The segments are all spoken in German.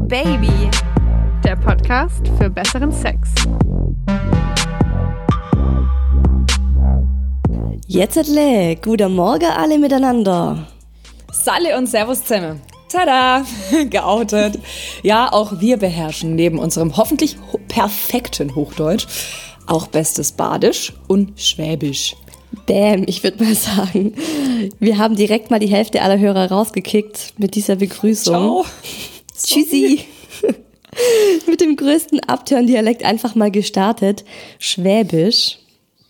Baby, der Podcast für besseren Sex. Jetzt guten Morgen alle miteinander. Salle und Servus zusammen. Tada, geoutet. Ja, auch wir beherrschen neben unserem hoffentlich perfekten Hochdeutsch auch bestes Badisch und Schwäbisch. Bäm, ich würde mal sagen, wir haben direkt mal die Hälfte aller Hörer rausgekickt mit dieser Begrüßung. Ciao. Tschüssi. Mit dem größten Upturn-Dialekt einfach mal gestartet. Schwäbisch.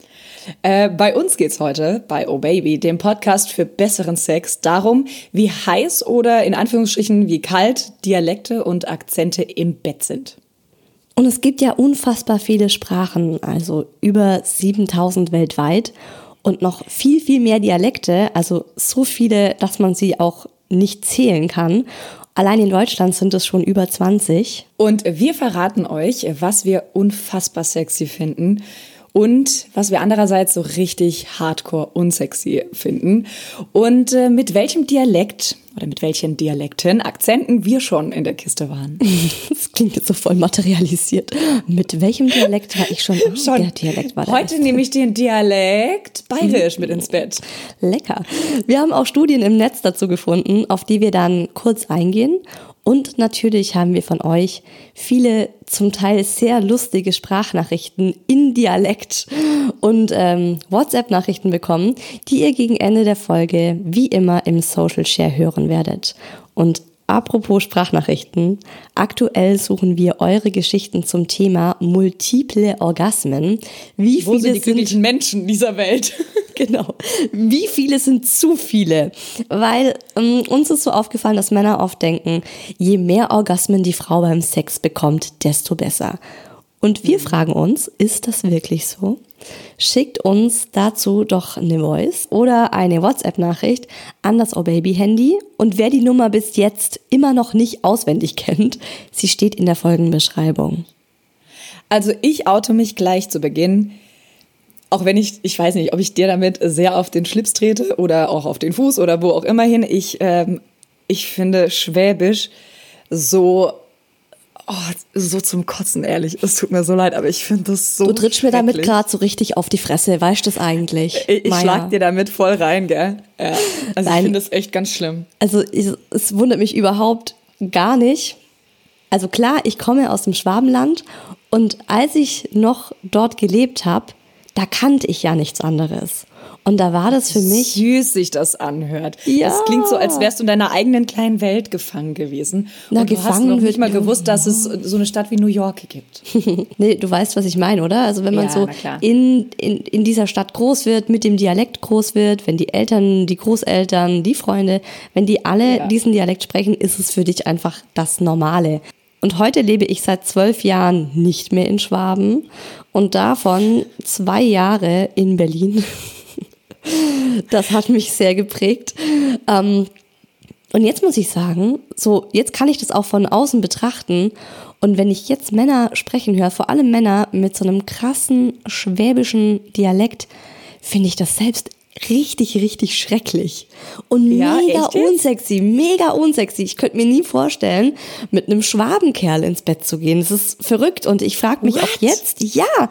Bei uns geht's heute, bei Oh Baby, dem Podcast für besseren Sex, darum, wie heiß oder in Anführungsstrichen wie kalt Dialekte und Akzente im Bett sind. Und es gibt ja unfassbar viele Sprachen, also über 7000 weltweit und noch viel, viel mehr Dialekte, also so viele, dass man sie auch nicht zählen kann. Allein in Deutschland sind es schon über 20. Und wir verraten euch, was wir unfassbar sexy finden und was wir andererseits so richtig hardcore unsexy finden und mit welchem Dialekt oder mit welchen Dialekten, Akzenten wir schon in der Kiste waren. Das klingt jetzt so voll materialisiert. Mit welchem Dialekt war ich schon? Der Dialekt war Heute nehme ich den Dialekt bayerisch mit ins Bett. Lecker. Wir haben auch Studien im Netz dazu gefunden, auf die wir dann kurz eingehen. Und natürlich haben wir von euch viele zum Teil sehr lustige Sprachnachrichten in Dialekt und WhatsApp-Nachrichten bekommen, die ihr gegen Ende der Folge wie immer im Social Share hören werdet. Und apropos Sprachnachrichten, aktuell suchen wir eure Geschichten zum Thema multiple Orgasmen. Wo sind die glücklichen Menschen dieser Welt? Genau. Wie viele sind zu viele? Weil uns ist so aufgefallen, dass Männer oft denken, je mehr Orgasmen die Frau beim Sex bekommt, desto besser. Und wir fragen uns, ist das wirklich so? Schickt uns dazu doch eine Voice oder eine WhatsApp-Nachricht an das Oh Baby Handy. Und wer die Nummer bis jetzt immer noch nicht auswendig kennt, sie steht in der Folgenbeschreibung. Also ich oute mich gleich zu Beginn. Auch wenn ich weiß nicht, ob ich dir damit sehr auf den Schlips trete oder auch auf den Fuß oder wo auch immer hin. Ich finde Schwäbisch so zum Kotzen, ehrlich. Es tut mir so leid, aber ich finde das so. Du trittst mir damit gerade so richtig auf die Fresse, weißt du das eigentlich? Ich schlag dir damit voll rein, gell? Ja. Also ich finde das echt ganz schlimm. Also es wundert mich überhaupt gar nicht. Also klar, ich komme aus dem Schwabenland und als ich noch dort gelebt habe, da kannte ich ja nichts anderes. Und da war das für mich... Süß sich das anhört. Ja. Das klingt so, als wärst du in deiner eigenen kleinen Welt gefangen gewesen. Na, und du hast noch nicht mal gewusst, dass es so eine Stadt wie New York gibt. Nee, du weißt, was ich meine, oder? Also wenn man so in dieser Stadt groß wird, mit dem Dialekt groß wird, wenn die Eltern, die Großeltern, die Freunde, wenn die alle diesen Dialekt sprechen, ist es für dich einfach das Normale. Und heute lebe ich seit 12 Jahren nicht mehr in Schwaben und davon 2 Jahre in Berlin. Das hat mich sehr geprägt. Und jetzt muss ich sagen, so jetzt kann ich das auch von außen betrachten. Und wenn ich jetzt Männer sprechen höre, vor allem Männer mit so einem krassen schwäbischen Dialekt, finde ich das selbst richtig, richtig schrecklich. Und mega unsexy. Ich könnte mir nie vorstellen, mit einem Schwabenkerl ins Bett zu gehen. Das ist verrückt. Und ich frage mich auch jetzt,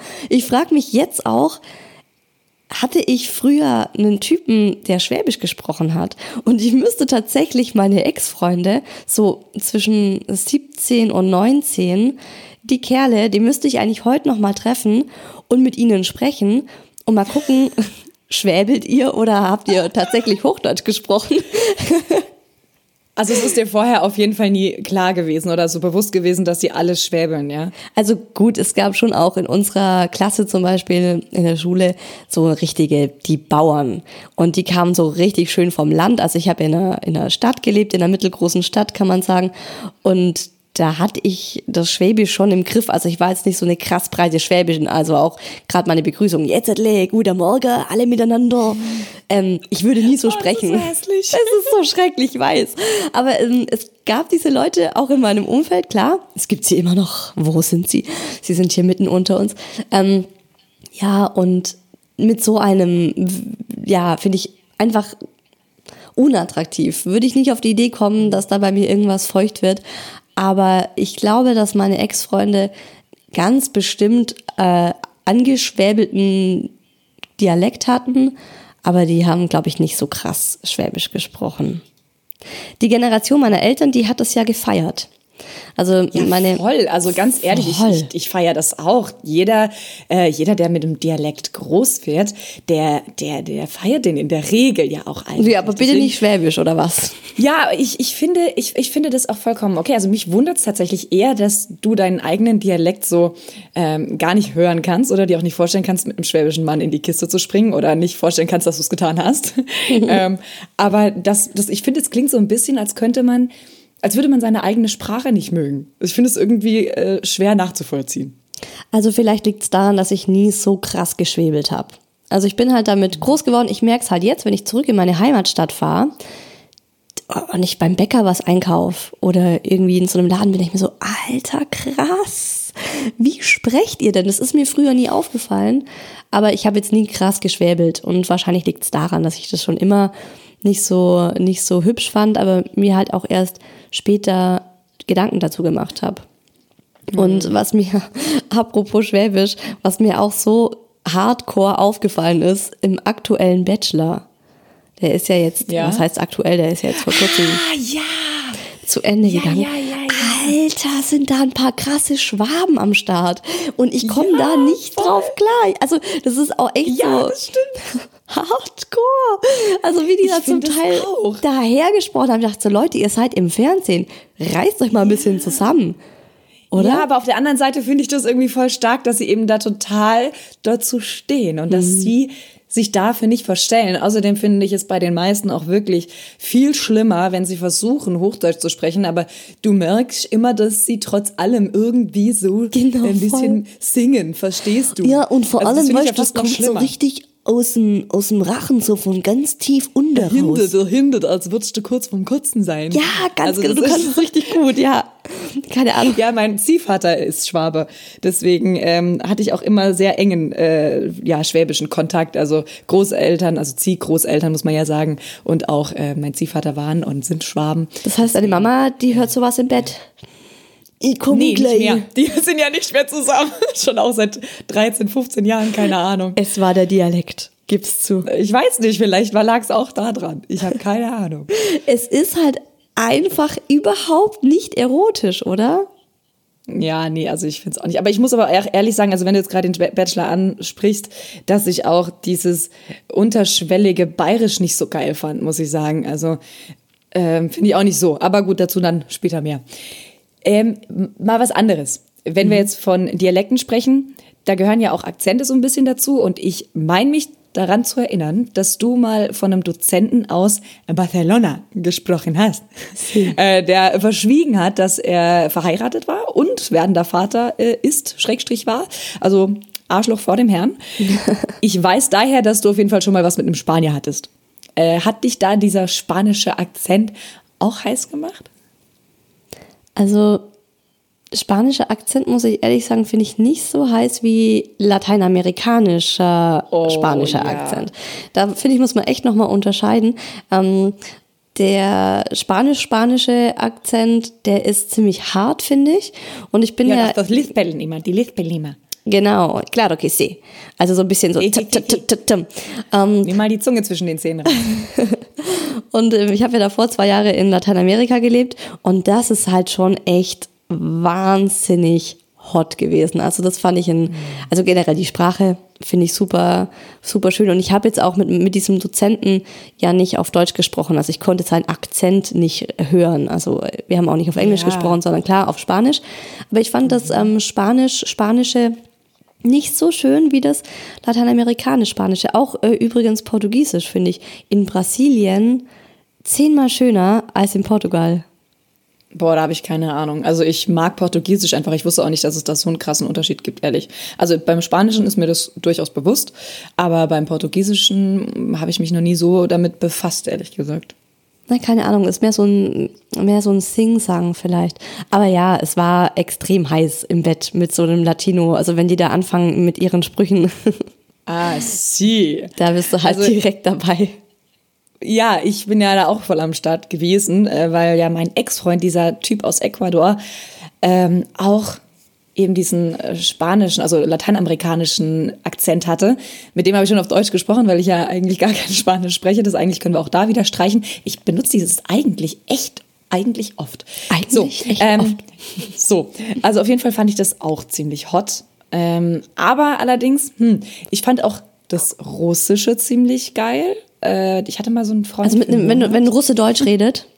hatte ich früher einen Typen, der Schwäbisch gesprochen hat? Und ich müsste tatsächlich meine Ex-Freunde, so zwischen 17 und 19, die Kerle, die müsste ich eigentlich heute noch mal treffen und mit ihnen sprechen und mal gucken, schwäbelt ihr oder habt ihr tatsächlich Hochdeutsch gesprochen? Also es ist dir vorher auf jeden Fall nie klar gewesen oder so bewusst gewesen, dass sie alle schwäbeln, ja? Also gut, es gab schon auch in unserer Klasse zum Beispiel in der Schule so die Bauern. Und die kamen so richtig schön vom Land. Also ich habe in einer Stadt gelebt, in einer mittelgroßen Stadt, kann man sagen. Und da hatte ich das Schwäbisch schon im Griff. Also ich war jetzt nicht so eine krass breite Schwäbische, also auch gerade meine Begrüßung, jetzt guten Morgen, alle miteinander. Ich würde nie so sprechen. Das ist so hässlich. Es ist so schrecklich, ich weiß. Aber es gab diese Leute auch in meinem Umfeld, klar. Es gibt sie immer noch. Wo sind sie? Sie sind hier mitten unter uns. Ja, und mit so einem, finde ich einfach unattraktiv. Würde ich nicht auf die Idee kommen, dass da bei mir irgendwas feucht wird. Aber ich glaube, dass meine Ex-Freunde ganz bestimmt angeschwäbelten Dialekt hatten, aber die haben, glaube ich, nicht so krass Schwäbisch gesprochen. Die Generation meiner Eltern, die hat das ja gefeiert. Also ja, voll. Also ganz ehrlich, ich feiere das auch. Jeder, der mit dem Dialekt groß wird, der feiert den in der Regel ja auch eigentlich. Ja, aber bitte nicht Schwäbisch, oder was? Ja, ich finde das auch vollkommen okay. Also mich wundert es tatsächlich eher, dass du deinen eigenen Dialekt so gar nicht hören kannst oder dir auch nicht vorstellen kannst, mit einem schwäbischen Mann in die Kiste zu springen oder nicht vorstellen kannst, dass du es getan hast. Aber ich finde, es klingt so ein bisschen, als würde man seine eigene Sprache nicht mögen. Ich finde es irgendwie schwer nachzuvollziehen. Also vielleicht liegt es daran, dass ich nie so krass geschwäbelt habe. Also ich bin halt damit groß geworden. Ich merke es halt jetzt, wenn ich zurück in meine Heimatstadt fahre und ich beim Bäcker was einkaufe oder irgendwie in so einem Laden bin, ich mir so, Alter, krass. Wie sprecht ihr denn? Das ist mir früher nie aufgefallen. Aber ich habe jetzt nie krass geschwäbelt. Und wahrscheinlich liegt es daran, dass ich das schon immer nicht so hübsch fand, aber mir halt auch erst später Gedanken dazu gemacht habe. Und was mir, apropos Schwäbisch, was mir auch so hardcore aufgefallen ist, im aktuellen Bachelor, der ist ja jetzt, was heißt aktuell, der ist ja jetzt vor kurzem zu Ende gegangen. Ja. Alter, sind da ein paar krasse Schwaben am Start. Und ich komme da nicht drauf klar. Also das ist auch echt so das stimmt. Hardcore. Also wie die da zum Teil dahergesprochen haben. Ich dachte so, Leute, ihr seid im Fernsehen. Reißt euch mal ein bisschen zusammen. Oder? Ja, aber auf der anderen Seite finde ich das irgendwie voll stark, dass sie eben da total dazu stehen und dass sie sich dafür nicht verstellen. Außerdem finde ich es bei den meisten auch wirklich viel schlimmer, wenn sie versuchen, Hochdeutsch zu sprechen, aber du merkst immer, dass sie trotz allem irgendwie so ein bisschen singen, verstehst du? Ja, und vor allem, weißt du, das kommt so richtig aus dem Rachen, so von ganz tief unten raus. Dahinter, als würdest du kurz vorm Kotzen sein. Ja, ganz genau, du kannst es richtig gut, ja. Keine Ahnung. Ja, mein Ziehvater ist Schwabe, deswegen hatte ich auch immer sehr engen schwäbischen Kontakt, also Großeltern, also Ziehgroßeltern muss man ja sagen, und auch mein Ziehvater waren und sind Schwaben. Das heißt, deine Mama, die hört sowas im Bett? Ich komme gleich. Nicht mehr. Die sind ja nicht mehr zusammen. Schon auch seit 13, 15 Jahren, keine Ahnung. Es war der Dialekt, gib's zu. Ich weiß nicht, vielleicht lag es auch da dran. Ich habe keine Ahnung. Es ist halt einfach überhaupt nicht erotisch, oder? Ja, nee, also ich finde es auch nicht. Aber ich muss aber ehrlich sagen, also wenn du jetzt gerade den Bachelor ansprichst, dass ich auch dieses unterschwellige Bayerisch nicht so geil fand, muss ich sagen. Also finde ich auch nicht so. Aber gut, dazu dann später mehr. Mal was anderes. Wenn wir jetzt von Dialekten sprechen, da gehören ja auch Akzente so ein bisschen dazu. Und ich meine mich daran zu erinnern, dass du mal von einem Dozenten aus Barcelona gesprochen hast, der verschwiegen hat, dass er verheiratet war und werdender Vater war. Also Arschloch vor dem Herrn. Ich weiß daher, dass du auf jeden Fall schon mal was mit einem Spanier hattest. Hat dich da dieser spanische Akzent auch heiß gemacht? Also spanischer Akzent, muss ich ehrlich sagen, finde ich nicht so heiß wie lateinamerikanischer spanischer Akzent. Da finde ich, muss man echt nochmal unterscheiden. Der spanisch-spanische Akzent, der ist ziemlich hart, finde ich. Und ich bin ja das lispeln immer, die lispeln immer. Genau, claro que sí. Also so ein bisschen so. Nimm mal die Zunge zwischen den Zähnen rein. Und ich habe ja davor 2 Jahre in Lateinamerika gelebt und das ist halt schon echt wahnsinnig hot gewesen. Also das fand ich also generell die Sprache finde ich super, super schön. Und ich habe jetzt auch mit diesem Dozenten ja nicht auf Deutsch gesprochen. Also ich konnte seinen Akzent nicht hören. Also wir haben auch nicht auf Englisch gesprochen, sondern klar auf Spanisch. Aber ich fand das Spanische nicht so schön wie das lateinamerikanisch-Spanische. Auch übrigens Portugiesisch finde ich in Brasilien 10-mal schöner als in Portugal. Boah, da habe ich keine Ahnung. Also ich mag Portugiesisch einfach. Ich wusste auch nicht, dass es da so einen krassen Unterschied gibt, ehrlich. Also beim Spanischen ist mir das durchaus bewusst, aber beim Portugiesischen habe ich mich noch nie so damit befasst, ehrlich gesagt. Na, keine Ahnung, ist mehr so ein Sing-Sang vielleicht. Aber ja, es war extrem heiß im Bett mit so einem Latino. Also wenn die da anfangen mit ihren Sprüchen. Ah, sie. Da bist du halt direkt dabei. Ja, ich bin ja da auch voll am Start gewesen, weil ja mein Ex-Freund, dieser Typ aus Ecuador, auch eben diesen spanischen, also lateinamerikanischen Akzent hatte. Mit dem habe ich schon auf Deutsch gesprochen, weil ich ja eigentlich gar kein Spanisch spreche. Das eigentlich können wir auch da wieder streichen. Ich benutze dieses eigentlich oft. Oft. So, also auf jeden Fall fand ich das auch ziemlich hot. Aber allerdings, ich fand auch das Russische ziemlich geil. Ich hatte mal so einen Freund. Also wenn ein Russe Deutsch redet?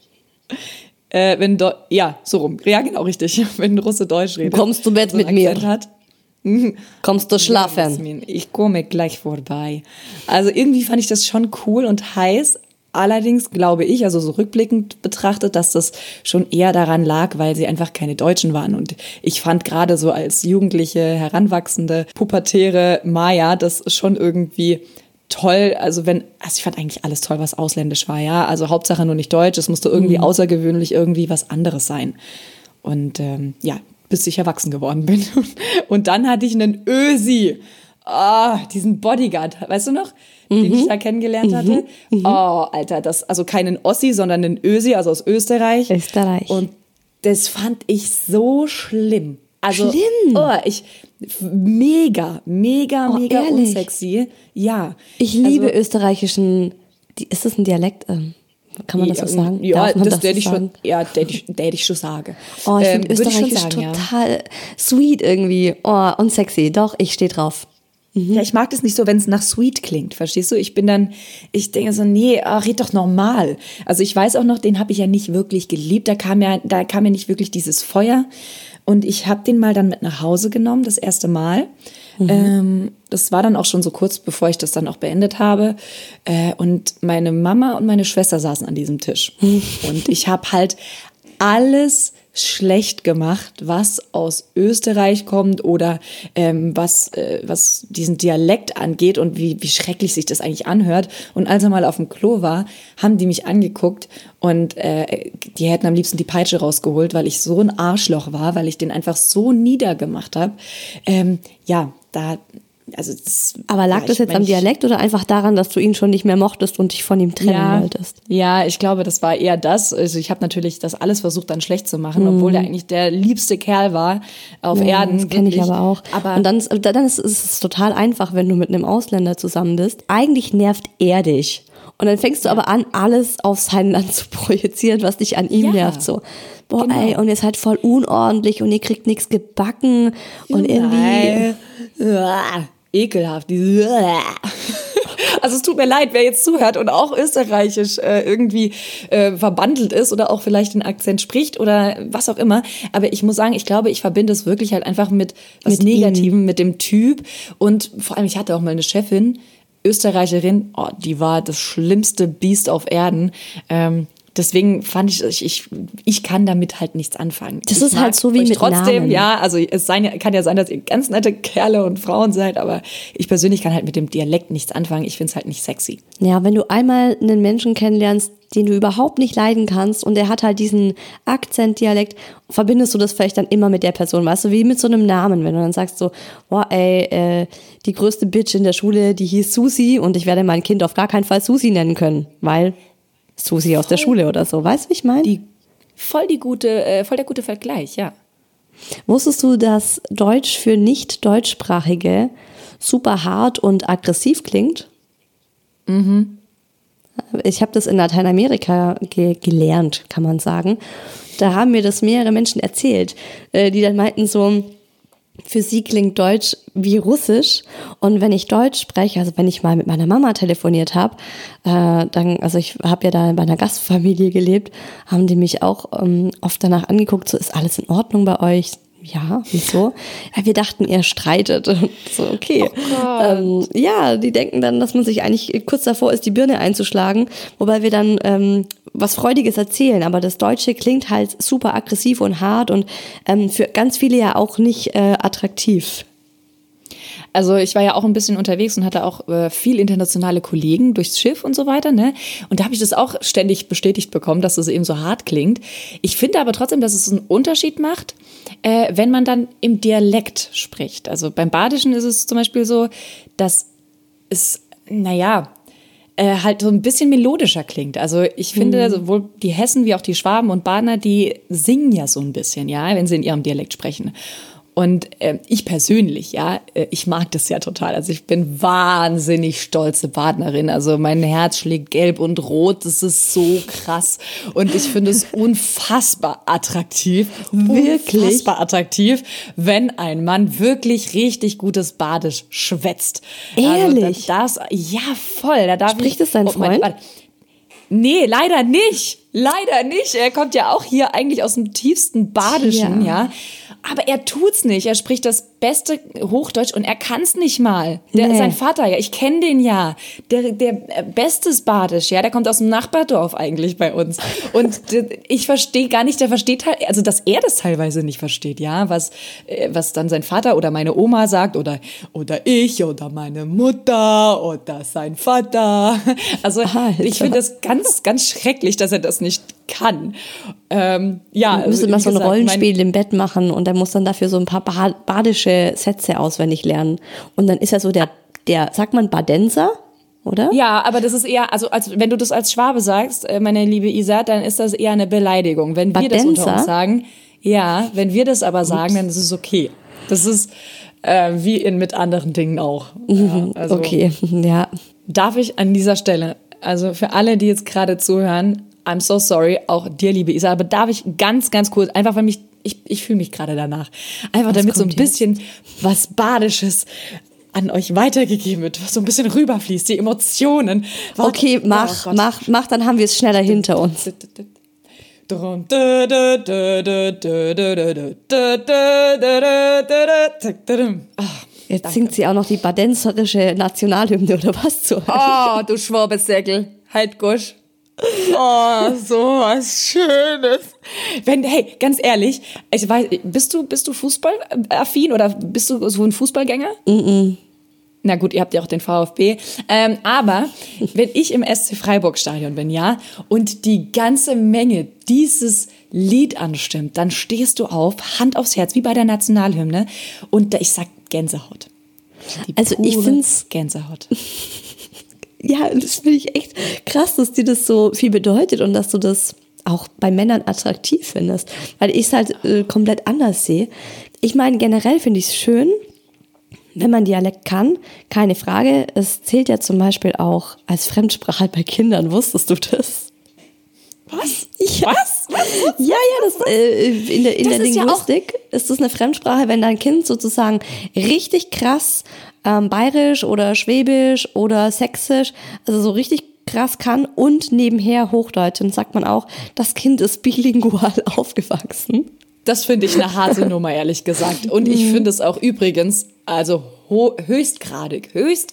So rum. Ja, genau, richtig. Wenn ein Russe Deutsch redet. Kommst du mit mir? Hat. Kommst du schlafen? Ja, ich komme gleich vorbei. Also irgendwie fand ich das schon cool und heiß. Allerdings glaube ich, also so rückblickend betrachtet, dass das schon eher daran lag, weil sie einfach keine Deutschen waren. Und ich fand gerade so als jugendliche, heranwachsende, pubertäre Maya das schon irgendwie toll, also ich fand eigentlich alles toll, was ausländisch war, ja, also Hauptsache nur nicht deutsch, es musste irgendwie außergewöhnlich irgendwie was anderes sein und bis ich erwachsen geworden bin und dann hatte ich einen Ösi, diesen Bodyguard, weißt du noch, den ich da kennengelernt hatte, Alter, also keinen Ossi, sondern einen Ösi, also aus Österreich und das fand ich so schlimm. Also, mega unsexy. Ja. Ich liebe österreichischen, ist das ein Dialekt? Kann man das so sagen? Ja, das werde ich schon, ich schon sagen. Oh, ich finde Österreichisch total sweet irgendwie. Oh, und sexy. Doch, ich stehe drauf. Ja, ich mag das nicht so, wenn es nach sweet klingt, verstehst du? Ich denke so, nee, red doch normal. Also ich weiß auch noch, den habe ich ja nicht wirklich geliebt. Da kam ja nicht wirklich dieses Feuer. Und ich habe den mal dann mit nach Hause genommen, das erste Mal. Das war dann auch schon so kurz, bevor ich das dann auch beendet habe. Und meine Mama und meine Schwester saßen an diesem Tisch. Und ich habe halt alles schlecht gemacht, was aus Österreich kommt oder was diesen Dialekt angeht und wie schrecklich sich das eigentlich anhört. Und als er mal auf dem Klo war, haben die mich angeguckt und die hätten am liebsten die Peitsche rausgeholt, weil ich so ein Arschloch war, weil ich den einfach so niedergemacht habe. Aber lag das jetzt am Dialekt oder einfach daran, dass du ihn schon nicht mehr mochtest und dich von ihm trennen wolltest? Ja, ich glaube, das war eher das. Also ich habe natürlich das alles versucht, dann schlecht zu machen, obwohl er eigentlich der liebste Kerl war auf Erden. Das kenne ich aber auch. Und dann ist es total einfach, wenn du mit einem Ausländer zusammen bist. Eigentlich nervt er dich. Und dann fängst du aber an, alles auf sein Land zu projizieren, was dich an ihm nervt. So, boah, genau. Ey, und ihr seid voll unordentlich und ihr kriegt nichts gebacken und irgendwie... Ekelhaft. Also es tut mir leid, wer jetzt zuhört und auch österreichisch irgendwie verbandelt ist oder auch vielleicht den Akzent spricht oder was auch immer. Aber ich muss sagen, ich glaube, ich verbinde es wirklich halt einfach mit was Negativem, mit dem Typ. Und vor allem, ich hatte auch mal eine Chefin, Österreicherin, die war das schlimmste Biest auf Erden. Deswegen fand ich kann damit halt nichts anfangen. Das ist halt so wie mit trotzdem, Namen. Ja, also kann ja sein, dass ihr ganz nette Kerle und Frauen seid, aber ich persönlich kann halt mit dem Dialekt nichts anfangen. Ich finde es halt nicht sexy. Ja, wenn du einmal einen Menschen kennenlernst, den du überhaupt nicht leiden kannst und der hat halt diesen Akzent-Dialekt, verbindest du das vielleicht dann immer mit der Person, weißt du, wie mit so einem Namen, wenn du dann sagst so, boah, ey, die größte Bitch in der Schule, die hieß Susi und ich werde mein Kind auf gar keinen Fall Susi nennen können, weil Susi aus der Schule oder so, weißt du, wie ich meine? Voll der gute Vergleich, ja. Wusstest du, dass Deutsch für Nicht-Deutschsprachige super hart und aggressiv klingt? Mhm. Ich habe das in Lateinamerika gelernt, kann man sagen. Da haben mir das mehrere Menschen erzählt, die dann meinten so, für sie klingt Deutsch wie Russisch und wenn ich Deutsch spreche, also wenn ich mal mit meiner Mama telefoniert habe, also ich habe ja da bei einer Gastfamilie gelebt, haben die mich auch oft danach angeguckt, so ist alles in Ordnung bei euch? Ja, wieso? Ja, wir dachten, ihr streitet. So, okay. Oh ja, die denken dann, dass man sich eigentlich kurz davor ist, die Birne einzuschlagen, wobei wir dann was Freudiges erzählen. Aber das Deutsche klingt halt super aggressiv und hart und für ganz viele ja auch nicht attraktiv. Also ich war ja auch ein bisschen unterwegs und hatte auch viel internationale Kollegen durchs Schiff und so weiter, ne? Und da habe ich das auch ständig bestätigt bekommen, dass das eben so hart klingt. Ich finde aber trotzdem, dass es einen Unterschied macht, wenn man dann im Dialekt spricht. Also beim Badischen ist es zum Beispiel so, dass es, halt so ein bisschen melodischer klingt. Also ich finde, sowohl die Hessen wie auch die Schwaben und Badener, die singen ja so ein bisschen, ja, wenn sie in ihrem Dialekt sprechen. Und ich persönlich, ja, ich mag das ja total. Also ich bin wahnsinnig stolze Badenerin. Also mein Herz schlägt gelb und rot. Das ist so krass. Und ich finde es unfassbar attraktiv. Wirklich? Unfassbar attraktiv, wenn ein Mann wirklich richtig gutes Badisch schwätzt. Ehrlich? Also ja, voll. Da darf Spricht es dein Freund? Nee, leider nicht. Leider nicht. Er kommt ja auch hier eigentlich aus dem tiefsten Badischen, ja. Aber er tut's nicht. Er spricht das beste Hochdeutsch und er kann's nicht mal. Sein Vater, ja, ich kenne den ja. Der bestes Badisch, ja, der kommt aus dem Nachbardorf eigentlich bei uns. Und ich verstehe gar nicht, der versteht halt, also dass er das teilweise nicht versteht, ja, was dann sein Vater oder meine Oma sagt oder ich oder meine Mutter oder sein Vater. Also ich finde das ganz, ganz schrecklich, dass er das nicht kann. Ja, müsste man so ein Rollenspiel im Bett machen und er muss dann dafür so ein paar badische Sätze auswendig lernen. Und dann ist er so der sagt man Badenser, oder? Ja, aber das ist eher, also wenn du das als Schwabe sagst, meine liebe Isa, dann ist das eher eine Beleidigung. Wenn wir das unter uns sagen, ja, wenn wir das aber sagen, dann ist es okay. Das ist wie mit anderen Dingen auch. Ja, also, okay, ja. Darf ich an dieser Stelle, also für alle, die jetzt gerade zuhören, I'm so sorry, auch dir, liebe Isa, aber darf ich ganz, ganz kurz, einfach weil ich fühle mich gerade danach, einfach damit so ein bisschen was Badisches an euch weitergegeben wird, was so ein bisschen rüberfließt, die Emotionen. Okay, mach, dann haben wir es schneller hinter uns. Jetzt singt sie auch noch die badenserische Nationalhymne oder was zu. Oh, du Schwabesäckel, halt gusch. Oh, so was Schönes. Hey, ganz ehrlich, ich weiß, bist du fußballaffin oder bist du so ein Fußballgänger? Na gut, ihr habt ja auch den VfB. Aber wenn ich im SC Freiburg-Stadion bin, ja, und die ganze Menge dieses Lied anstimmt, dann stehst du auf, Hand aufs Herz, wie bei der Nationalhymne, und ich sag Gänsehaut. Also ich find's Gänsehaut. Ja, das finde ich echt krass, dass dir das so viel bedeutet und dass du das auch bei Männern attraktiv findest, weil ich es halt komplett anders sehe. Ich meine, generell finde ich es schön, wenn man Dialekt kann, keine Frage. Es zählt ja zum Beispiel auch als Fremdsprache bei Kindern. Wusstest du das? Was? Ja. Was? Ja, in der Linguistik ist das eine Fremdsprache, wenn dein Kind sozusagen richtig krass bayerisch oder schwäbisch oder sächsisch, also so richtig krass kann und nebenher Hochdeutsch. Dann sagt man auch, das Kind ist bilingual aufgewachsen. Das finde ich eine harte Nummer, ehrlich gesagt. Und ich finde es auch übrigens, also höchstgradig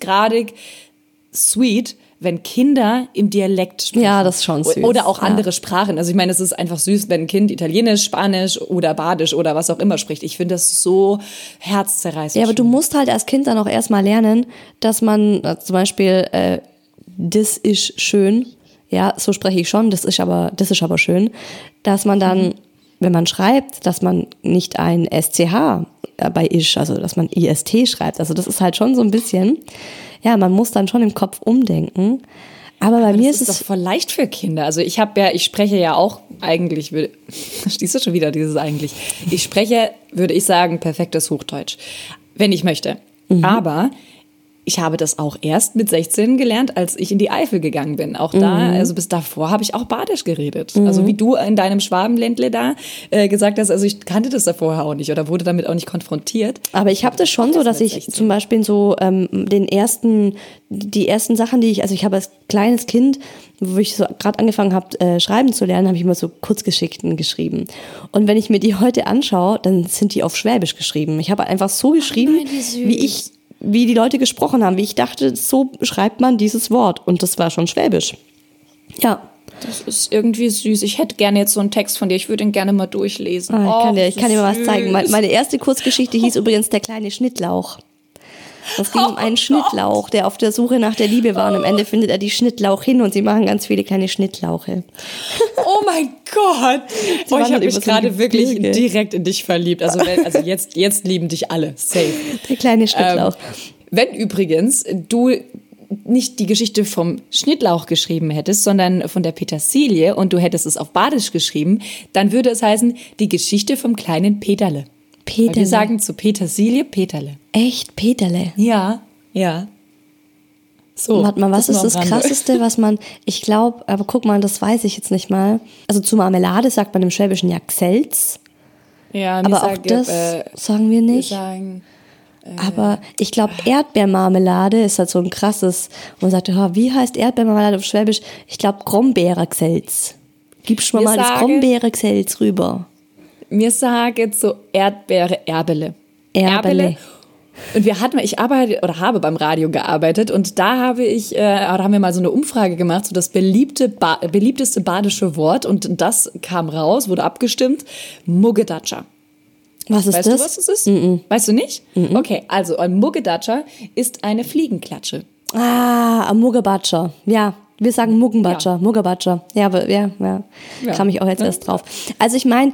sweet, wenn Kinder im Dialekt sprechen. Ja, das ist schon süß. Oder auch andere Sprachen. Also ich meine, es ist einfach süß, wenn ein Kind Italienisch, Spanisch oder Badisch oder was auch immer spricht. Ich finde das so herzzerreißend. Ja, aber du musst halt als Kind dann auch erstmal lernen, dass man zum Beispiel, das ist schön, ja, so spreche ich schon, das ist aber schön, dass man dann, wenn man schreibt, dass man nicht ein SCH bei isch, also dass man IST schreibt. Also das ist halt schon so ein bisschen, ja, man muss dann schon im Kopf umdenken. Aber bei mir ist es doch voll leicht für Kinder. Also ich spreche ja auch eigentlich, schließt du schon wieder dieses eigentlich. Ich spreche, würde ich sagen, perfektes Hochdeutsch, wenn ich möchte. Aber ich habe das auch erst mit 16 gelernt, als ich in die Eifel gegangen bin. Auch da, also bis davor habe ich auch Badisch geredet. Also wie du in deinem Schwabenländle da gesagt hast, also ich kannte das da vorher auch nicht oder wurde damit auch nicht konfrontiert. Aber ich habe das schon so, dass ich zum Beispiel so die ersten Sachen, also ich habe als kleines Kind, wo ich so gerade angefangen habe, schreiben zu lernen, habe ich immer so Kurzgeschichten geschrieben. Und wenn ich mir die heute anschaue, dann sind die auf Schwäbisch geschrieben. Ich habe einfach so geschrieben, wie die Leute gesprochen haben, wie ich dachte, so schreibt man dieses Wort. Und das war schon Schwäbisch. Ja. Das ist irgendwie süß. Ich hätte gerne jetzt so einen Text von dir. Ich würde ihn gerne mal durchlesen. Ich kann dir mal was zeigen. Meine erste Kurzgeschichte hieß übrigens Der kleine Schnittlauch. Es ging um einen Schnittlauch, der auf der Suche nach der Liebe war. Und am Ende findet er die Schnittlauch hin und sie machen ganz viele kleine Schnittlauche. Oh mein Gott! Ich habe mich gerade wirklich direkt in dich verliebt. Also jetzt lieben dich alle. Safe. Der kleine Schnittlauch. Wenn übrigens du nicht die Geschichte vom Schnittlauch geschrieben hättest, sondern von der Petersilie und du hättest es auf Badisch geschrieben, dann würde es heißen, die Geschichte vom kleinen Peterle. Peterle. Weil wir sagen zu Petersilie Peterle. Echt? Peterle? Ja, ja. So, warte mal, was ist das Krasseste, was man, ich glaube, aber guck mal, das weiß ich jetzt nicht mal. Also zu Marmelade sagt man im Schwäbischen ja Gselz. Ja, aber auch das sagen wir nicht. Wir sagen, aber ich glaube, Erdbeermarmelade ist halt so ein krasses, und man sagt, wie heißt Erdbeermarmelade auf Schwäbisch? Ich glaube, Grombeere-Gselz. Gibst du mir mal das Grombeere-Gselz rüber? Mir sagen so Erdbeere-Erbele. Erbele. Und ich arbeite oder habe beim Radio gearbeitet und da haben wir mal so eine Umfrage gemacht, so das beliebteste badische Wort und das kam raus, wurde abgestimmt, Muggedatscher. Was ist das? Weißt du, was es ist? Weißt du nicht? Okay, also ein Muggedatscher ist eine Fliegenklatsche. Ein Muggebatscher, ja. Wir sagen Muggenbatscher, ja. Muggebatscher. Ja, aber ja. Kam ich auch jetzt erst drauf. Also ich meine,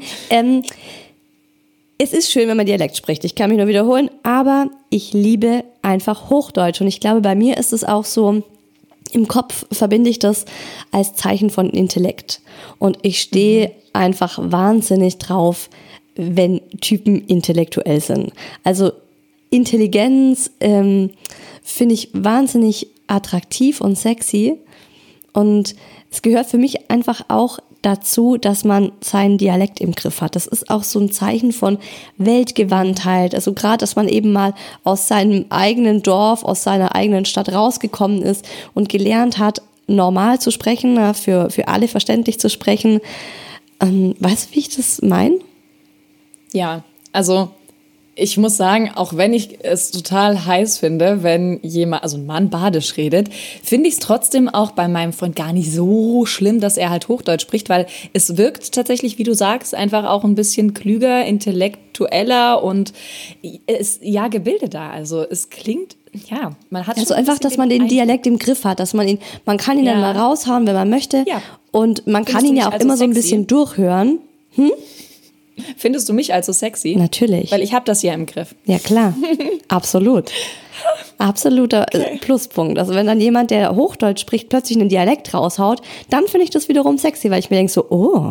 es ist schön, wenn man Dialekt spricht. Ich kann mich nur wiederholen, aber ich liebe einfach Hochdeutsch. Und ich glaube, bei mir ist es auch so, im Kopf verbinde ich das als Zeichen von Intellekt. Und ich stehe einfach wahnsinnig drauf, wenn Typen intellektuell sind. Also Intelligenz finde ich wahnsinnig attraktiv und sexy. Und es gehört für mich einfach auch dazu, dass man seinen Dialekt im Griff hat. Das ist auch so ein Zeichen von Weltgewandtheit. Also gerade, dass man eben mal aus seinem eigenen Dorf, aus seiner eigenen Stadt rausgekommen ist und gelernt hat, normal zu sprechen, für alle verständlich zu sprechen. Weißt du, wie ich das meine? Ja, also ich muss sagen, auch wenn ich es total heiß finde, wenn ein Mann Badisch redet, finde ich es trotzdem auch bei meinem Freund gar nicht so schlimm, dass er halt Hochdeutsch spricht, weil es wirkt tatsächlich, wie du sagst, einfach auch ein bisschen klüger, intellektueller und gebildeter. Also es klingt, man hat also einfach, dass man den Dialekt im Griff hat, dass man kann ihn dann mal raushauen, wenn man möchte, und man kann ihn ja auch immer so ein bisschen durchhören. Findest du mich also sexy? Natürlich. Weil ich habe das ja im Griff. Ja, klar. Absolut. Absoluter Pluspunkt. Also wenn dann jemand, der Hochdeutsch spricht, plötzlich einen Dialekt raushaut, dann finde ich das wiederum sexy, weil ich mir denke so,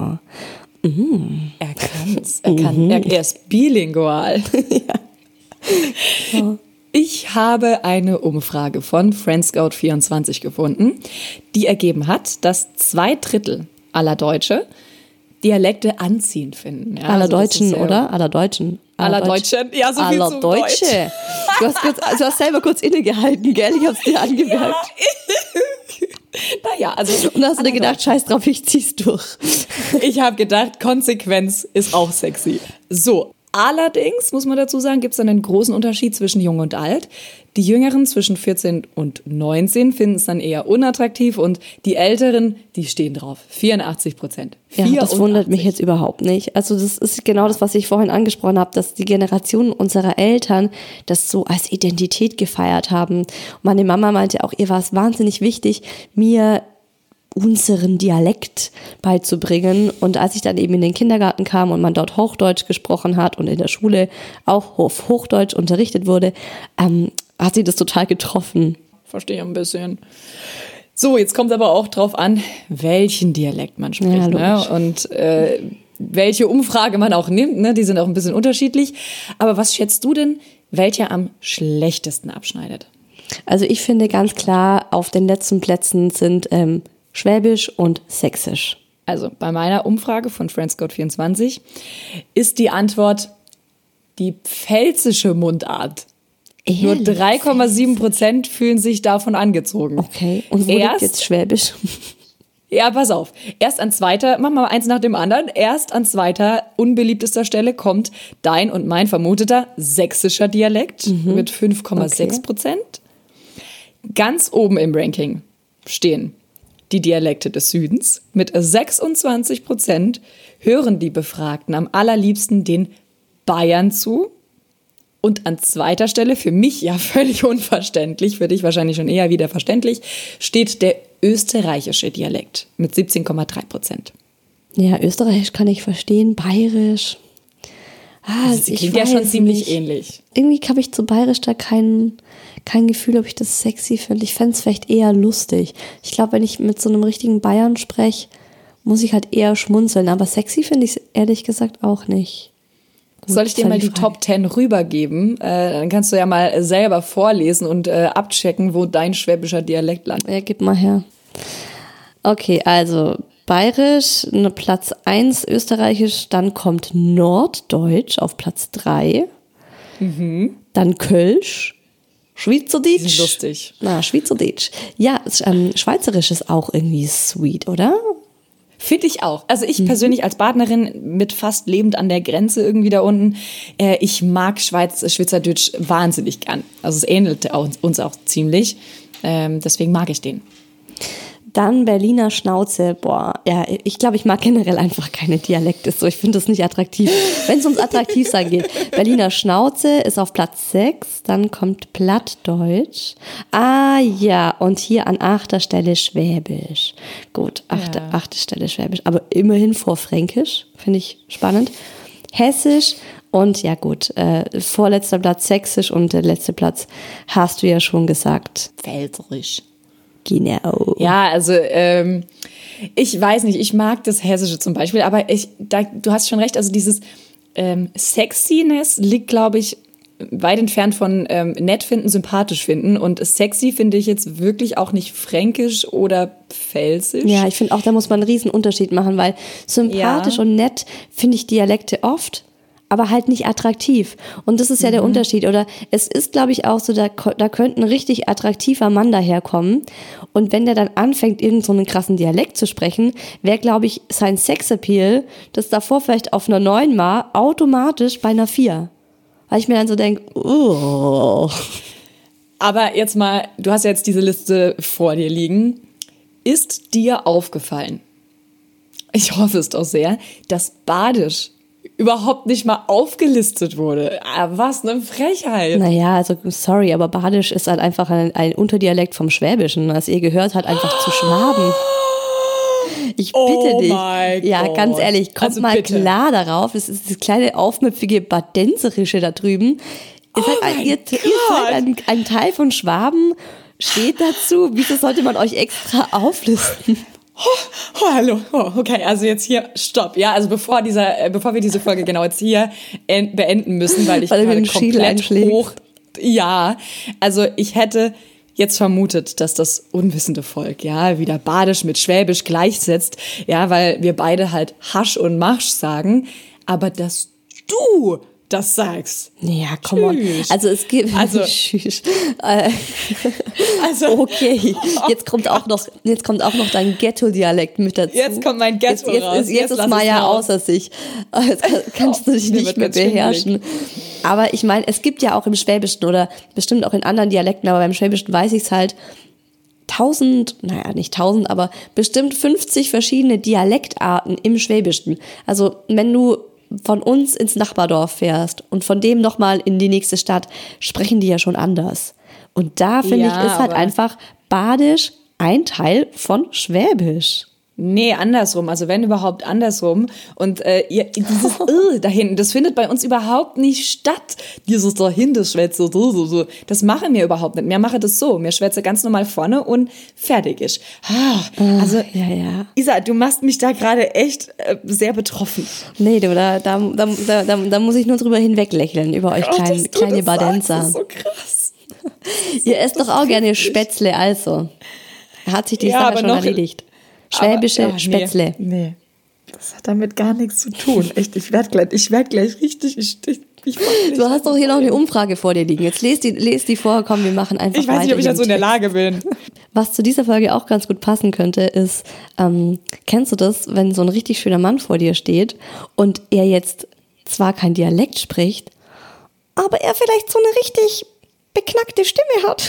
Er kann's. Er ist bilingual. Ja. So. Ich habe eine Umfrage von Friendscout24 gefunden, die ergeben hat, dass 2/3 aller Deutsche Dialekte anziehend finden. Ja, aller Deutschen, oder? Aller Deutschen. Aller Deutschen. Ja, so viel zu Deutsch. Du hast selber kurz innegehalten, gell? Ich hab's dir angemerkt. Naja, also. Und hast du dir gedacht, scheiß drauf, ich zieh's durch. Ich habe gedacht, Konsequenz ist auch sexy. So. Allerdings, muss man dazu sagen, gibt es dann einen großen Unterschied zwischen Jung und Alt. Die Jüngeren zwischen 14 und 19 finden es dann eher unattraktiv und die Älteren, die stehen drauf. 84%. Ja, das wundert mich jetzt überhaupt nicht. Also das ist genau das, was ich vorhin angesprochen habe, dass die Generation unserer Eltern das so als Identität gefeiert haben. Und meine Mama meinte auch, ihr war es wahnsinnig wichtig, mir unseren Dialekt beizubringen. Und als ich dann eben in den Kindergarten kam und man dort Hochdeutsch gesprochen hat und in der Schule auch auf Hochdeutsch unterrichtet wurde, hat sie das total getroffen. Verstehe ein bisschen. So, jetzt kommt aber auch drauf an, welchen Dialekt man spricht. Ja, ne? Und welche Umfrage man auch nimmt. Ne? Die sind auch ein bisschen unterschiedlich. Aber was schätzt du denn, welcher am schlechtesten abschneidet? Also ich finde ganz klar, auf den letzten Plätzen sind Schwäbisch und Sächsisch. Also bei meiner Umfrage von Friendscout24 ist die Antwort die pfälzische Mundart. Ehrlich? Nur 3,7% fühlen sich davon angezogen. Okay, und wo liegt jetzt Schwäbisch? Ja, pass auf. Erst an zweiter, machen wir mal eins nach dem anderen, erst an zweiter unbeliebtester Stelle kommt dein und mein vermuteter sächsischer Dialekt mit 5,6%. Ganz oben im Ranking stehen die Dialekte des Südens. Mit 26% hören die Befragten am allerliebsten den Bayern zu. Und an zweiter Stelle, für mich ja völlig unverständlich, für dich wahrscheinlich schon eher wieder verständlich, steht der österreichische Dialekt mit 17,3%. Ja, Österreichisch kann ich verstehen, Bayerisch. Sie klingt ja schon ziemlich ähnlich. Irgendwie habe ich zu Bayerisch da kein Gefühl, ob ich das sexy finde. Ich fände es vielleicht eher lustig. Ich glaube, wenn ich mit so einem richtigen Bayern spreche, muss ich halt eher schmunzeln. Aber sexy finde ich es ehrlich gesagt auch nicht. Gut, soll ich dir mal die Top 10 rübergeben? Dann kannst du ja mal selber vorlesen und abchecken, wo dein schwäbischer Dialekt landet. Ja, gib mal her. Okay, also Bayerisch, Platz 1, Österreichisch, dann kommt Norddeutsch auf Platz 3. Dann Kölsch, Schweizerdeutsch. Die sind lustig. Schweizerdeutsch. Ja, Schweizerisch ist auch irgendwie sweet, oder? Finde ich auch. Also ich persönlich als Partnerin mit fast lebend an der Grenze irgendwie da unten, ich mag Schweizerdeutsch wahnsinnig gern. Also es ähnelt uns auch ziemlich. Deswegen mag ich den. Dann Berliner Schnauze. Boah, ja, ich glaube, ich mag generell einfach keine Dialekte so. Ich finde das nicht attraktiv. Wenn es ums Attraktivsein geht. Berliner Schnauze ist auf Platz 6. Dann kommt Plattdeutsch. Ah ja, und hier an 8. Stelle Schwäbisch. Gut, 8. Stelle Schwäbisch. Aber immerhin vor Fränkisch. Finde ich spannend. Hessisch. Und ja gut, vorletzter Platz Sächsisch und der letzte Platz hast du ja schon gesagt. Pfälzerisch. Genau. Ja, also ich weiß nicht, ich mag das Hessische zum Beispiel, aber du hast schon recht, also dieses Sexiness liegt, glaube ich, weit entfernt von nett finden, sympathisch finden, und sexy finde ich jetzt wirklich auch nicht fränkisch oder pfälzisch. Ja, ich finde auch, da muss man einen riesen Unterschied machen, weil sympathisch und nett finde ich Dialekte oft, aber halt nicht attraktiv. Und das ist ja der Unterschied. Oder es ist, glaube ich, auch so, da könnte ein richtig attraktiver Mann daherkommen. Und wenn der dann anfängt, irgend so einen krassen Dialekt zu sprechen, wäre, glaube ich, sein Sexappeal, das davor vielleicht auf einer 9 war, automatisch bei einer 4. Weil ich mir dann so denke, oh. Aber jetzt mal, du hast ja jetzt diese Liste vor dir liegen. Ist dir aufgefallen, ich hoffe es doch sehr, dass Badisch überhaupt nicht mal aufgelistet wurde? Was eine Frechheit. Naja, also sorry, aber Badisch ist halt einfach ein Unterdialekt vom Schwäbischen. Also ihr gehört halt einfach zu Schwaben. Ich bitte dich. Ja, Gott. Ganz ehrlich, kommt also mal bitte. Klar darauf. Es ist das kleine aufmüpfige Badenserische da drüben. Ihr seid ein Teil von Schwaben, steht dazu. Wieso sollte man euch extra auflisten? Hallo. Okay, also jetzt hier, stopp. Ja, also bevor wir diese Folge genau jetzt hier beenden müssen, weil ich gerade komplett hoch... Ja, also ich hätte jetzt vermutet, dass das unwissende Volk, ja, wieder Badisch mit Schwäbisch gleichsetzt, ja, weil wir beide halt Hasch und Marsch sagen, aber dass du das sagst. Ja, komm on. Also es gibt... okay, jetzt kommt auch noch dein Ghetto-Dialekt mit dazu. Jetzt kommt mein Ghetto raus. Jetzt ist Maya außer sich. Jetzt kannst du dich nicht mehr beherrschen. Aber ich meine, es gibt ja auch im Schwäbischen oder bestimmt auch in anderen Dialekten, aber beim Schwäbischen weiß ich es halt, 1000, naja, nicht 1000, aber bestimmt 50 verschiedene Dialektarten im Schwäbischen. Also wenn du von uns ins Nachbardorf fährst und von dem nochmal in die nächste Stadt, sprechen die ja schon anders. Und da, finde ich, ist halt einfach Badisch ein Teil von Schwäbisch. Nee, andersrum. Also wenn überhaupt andersrum. Und dieses da hinten, das findet bei uns überhaupt nicht statt. Dieses da hinten schwätze, so. Das machen wir überhaupt nicht. Wir machen das so. Wir schwätze ganz normal vorne und fertig ist. Also, ja. Isa, du machst mich da gerade echt sehr betroffen. Nee, du, da muss ich nur drüber hinweglächeln, über euch kleine Badenser. Das ist so krass. Ihr esst doch auch gerne Spätzle, also. Hat sich die Sache schon erledigt. Schwäbische Spätzle. Nee, das hat damit gar nichts zu tun. Echt, ich werd gleich richtig. Du hast doch hier noch eine Umfrage vor dir liegen. Jetzt lest die vor, komm, wir machen einfach weiter. Ich weiß nicht, ob ich dazu in der Lage bin. Was zu dieser Folge auch ganz gut passen könnte, ist, kennst du das, wenn so ein richtig schöner Mann vor dir steht und er jetzt zwar kein Dialekt spricht, aber er vielleicht so eine richtig beknackte Stimme hat?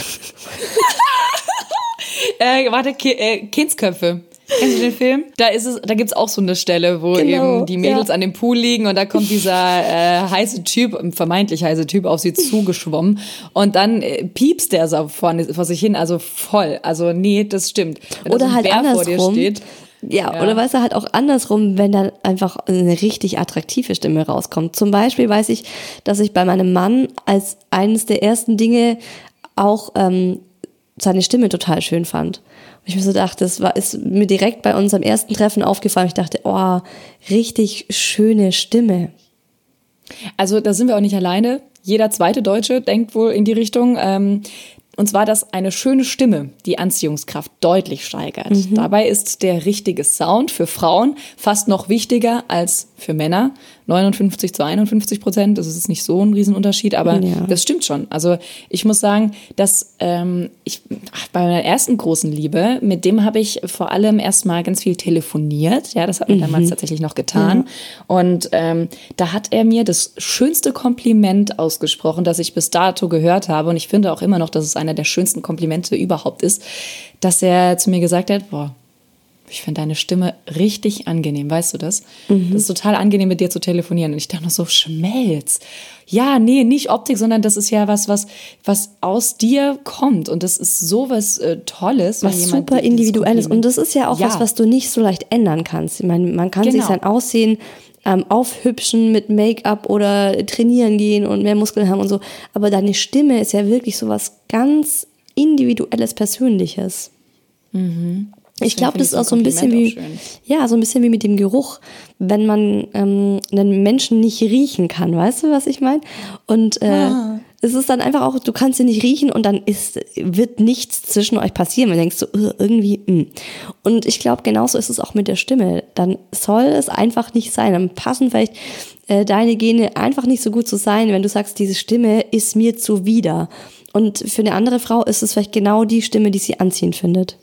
Kindsköpfe. Kennst du den Film? Da gibt's auch so eine Stelle, wo eben die Mädels an dem Pool liegen und da kommt dieser vermeintlich heiße Typ auf sie zugeschwommen und dann piepst der so vor sich hin, also voll. Also nee, das stimmt. Wenn oder so ein halt Bär andersrum. vor dir steht. Ja, oder weißt du, halt auch andersrum, wenn dann einfach eine richtig attraktive Stimme rauskommt. Zum Beispiel weiß ich, dass ich bei meinem Mann als eines der ersten Dinge auch seine Stimme total schön fand. Und ich mir so dachte, ist mir direkt bei unserem ersten Treffen aufgefallen. Ich dachte, oh, richtig schöne Stimme. Also da sind wir auch nicht alleine. Jeder zweite Deutsche denkt wohl in die Richtung. Und zwar, dass eine schöne Stimme die Anziehungskraft deutlich steigert. Dabei ist der richtige Sound für Frauen fast noch wichtiger als für Männer. 59-51%, das ist nicht so ein Riesenunterschied, aber das stimmt schon. Also ich muss sagen, dass bei meiner ersten großen Liebe, mit dem habe ich vor allem erstmal ganz viel telefoniert. Ja, das hat ich damals tatsächlich noch getan. Und da hat er mir das schönste Kompliment ausgesprochen, das ich bis dato gehört habe. Und ich finde auch immer noch, dass es einer der schönsten Komplimente überhaupt ist, dass er zu mir gesagt hat, boah, ich finde deine Stimme richtig angenehm, weißt du das? Das ist total angenehm, mit dir zu telefonieren. Und ich dachte noch so, Schmelz. Ja, nee, nicht Optik, sondern das ist ja was aus dir kommt. Und das ist so was Tolles. Was super Individuelles. Und das ist ja auch was du nicht so leicht ändern kannst. Ich meine, man kann sich sein Aussehen aufhübschen mit Make-up oder trainieren gehen und mehr Muskeln haben und so. Aber deine Stimme ist ja wirklich so was ganz Individuelles, Persönliches. Ich glaube, das ist auch so ein bisschen wie mit dem Geruch, wenn man einen Menschen nicht riechen kann, weißt du, was ich meine? Und es ist dann einfach auch, du kannst ihn nicht riechen und dann wird nichts zwischen euch passieren. Man denkt so, irgendwie. Und ich glaube, genauso ist es auch mit der Stimme. Dann soll es einfach nicht sein. Dann passen vielleicht deine Gene einfach nicht so gut zu sein, wenn du sagst, diese Stimme ist mir zuwider. Und für eine andere Frau ist es vielleicht genau die Stimme, die sie anziehend findet.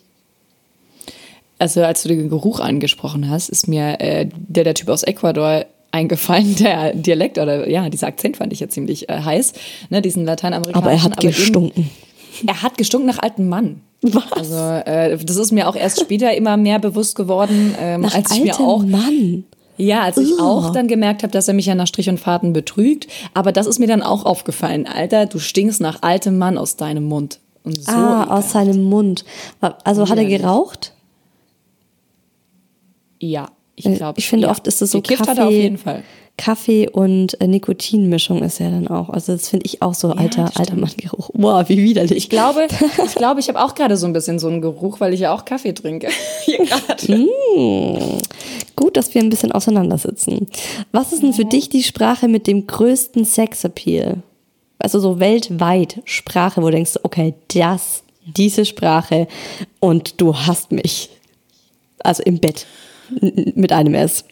Also als du den Geruch angesprochen hast, ist mir der Typ aus Ecuador eingefallen, der Dialekt oder dieser Akzent fand ich ja ziemlich heiß, ne, diesen lateinamerikanischen. Aber er hat gestunken. Er hat gestunken nach altem Mann. Was? Also das ist mir auch erst später immer mehr bewusst geworden, als ich mir auch Mann. Ja, als ich auch dann gemerkt habe, dass er mich ja nach Strich und Faden betrügt. Aber das ist mir dann auch aufgefallen. Alter, du stinkst nach altem Mann aus deinem Mund. Und so aus seinem Mund. Also hat er geraucht? Ja, ich glaube. Ich finde oft ist es so Gekifft hat er auf jeden Fall. Kaffee und Nikotinmischung ist ja dann auch. Also das finde ich auch so alter Manngeruch. Boah, wie widerlich. Ich glaube, ich habe auch gerade so ein bisschen so einen Geruch, weil ich ja auch Kaffee trinke. Hier gerade. Gut, dass wir ein bisschen auseinandersitzen. Was ist denn für dich die Sprache mit dem größten Sexappeal? Also so weltweit Sprache, wo du denkst, okay, diese Sprache und du hast mich. Also im Bett. Mit einem S.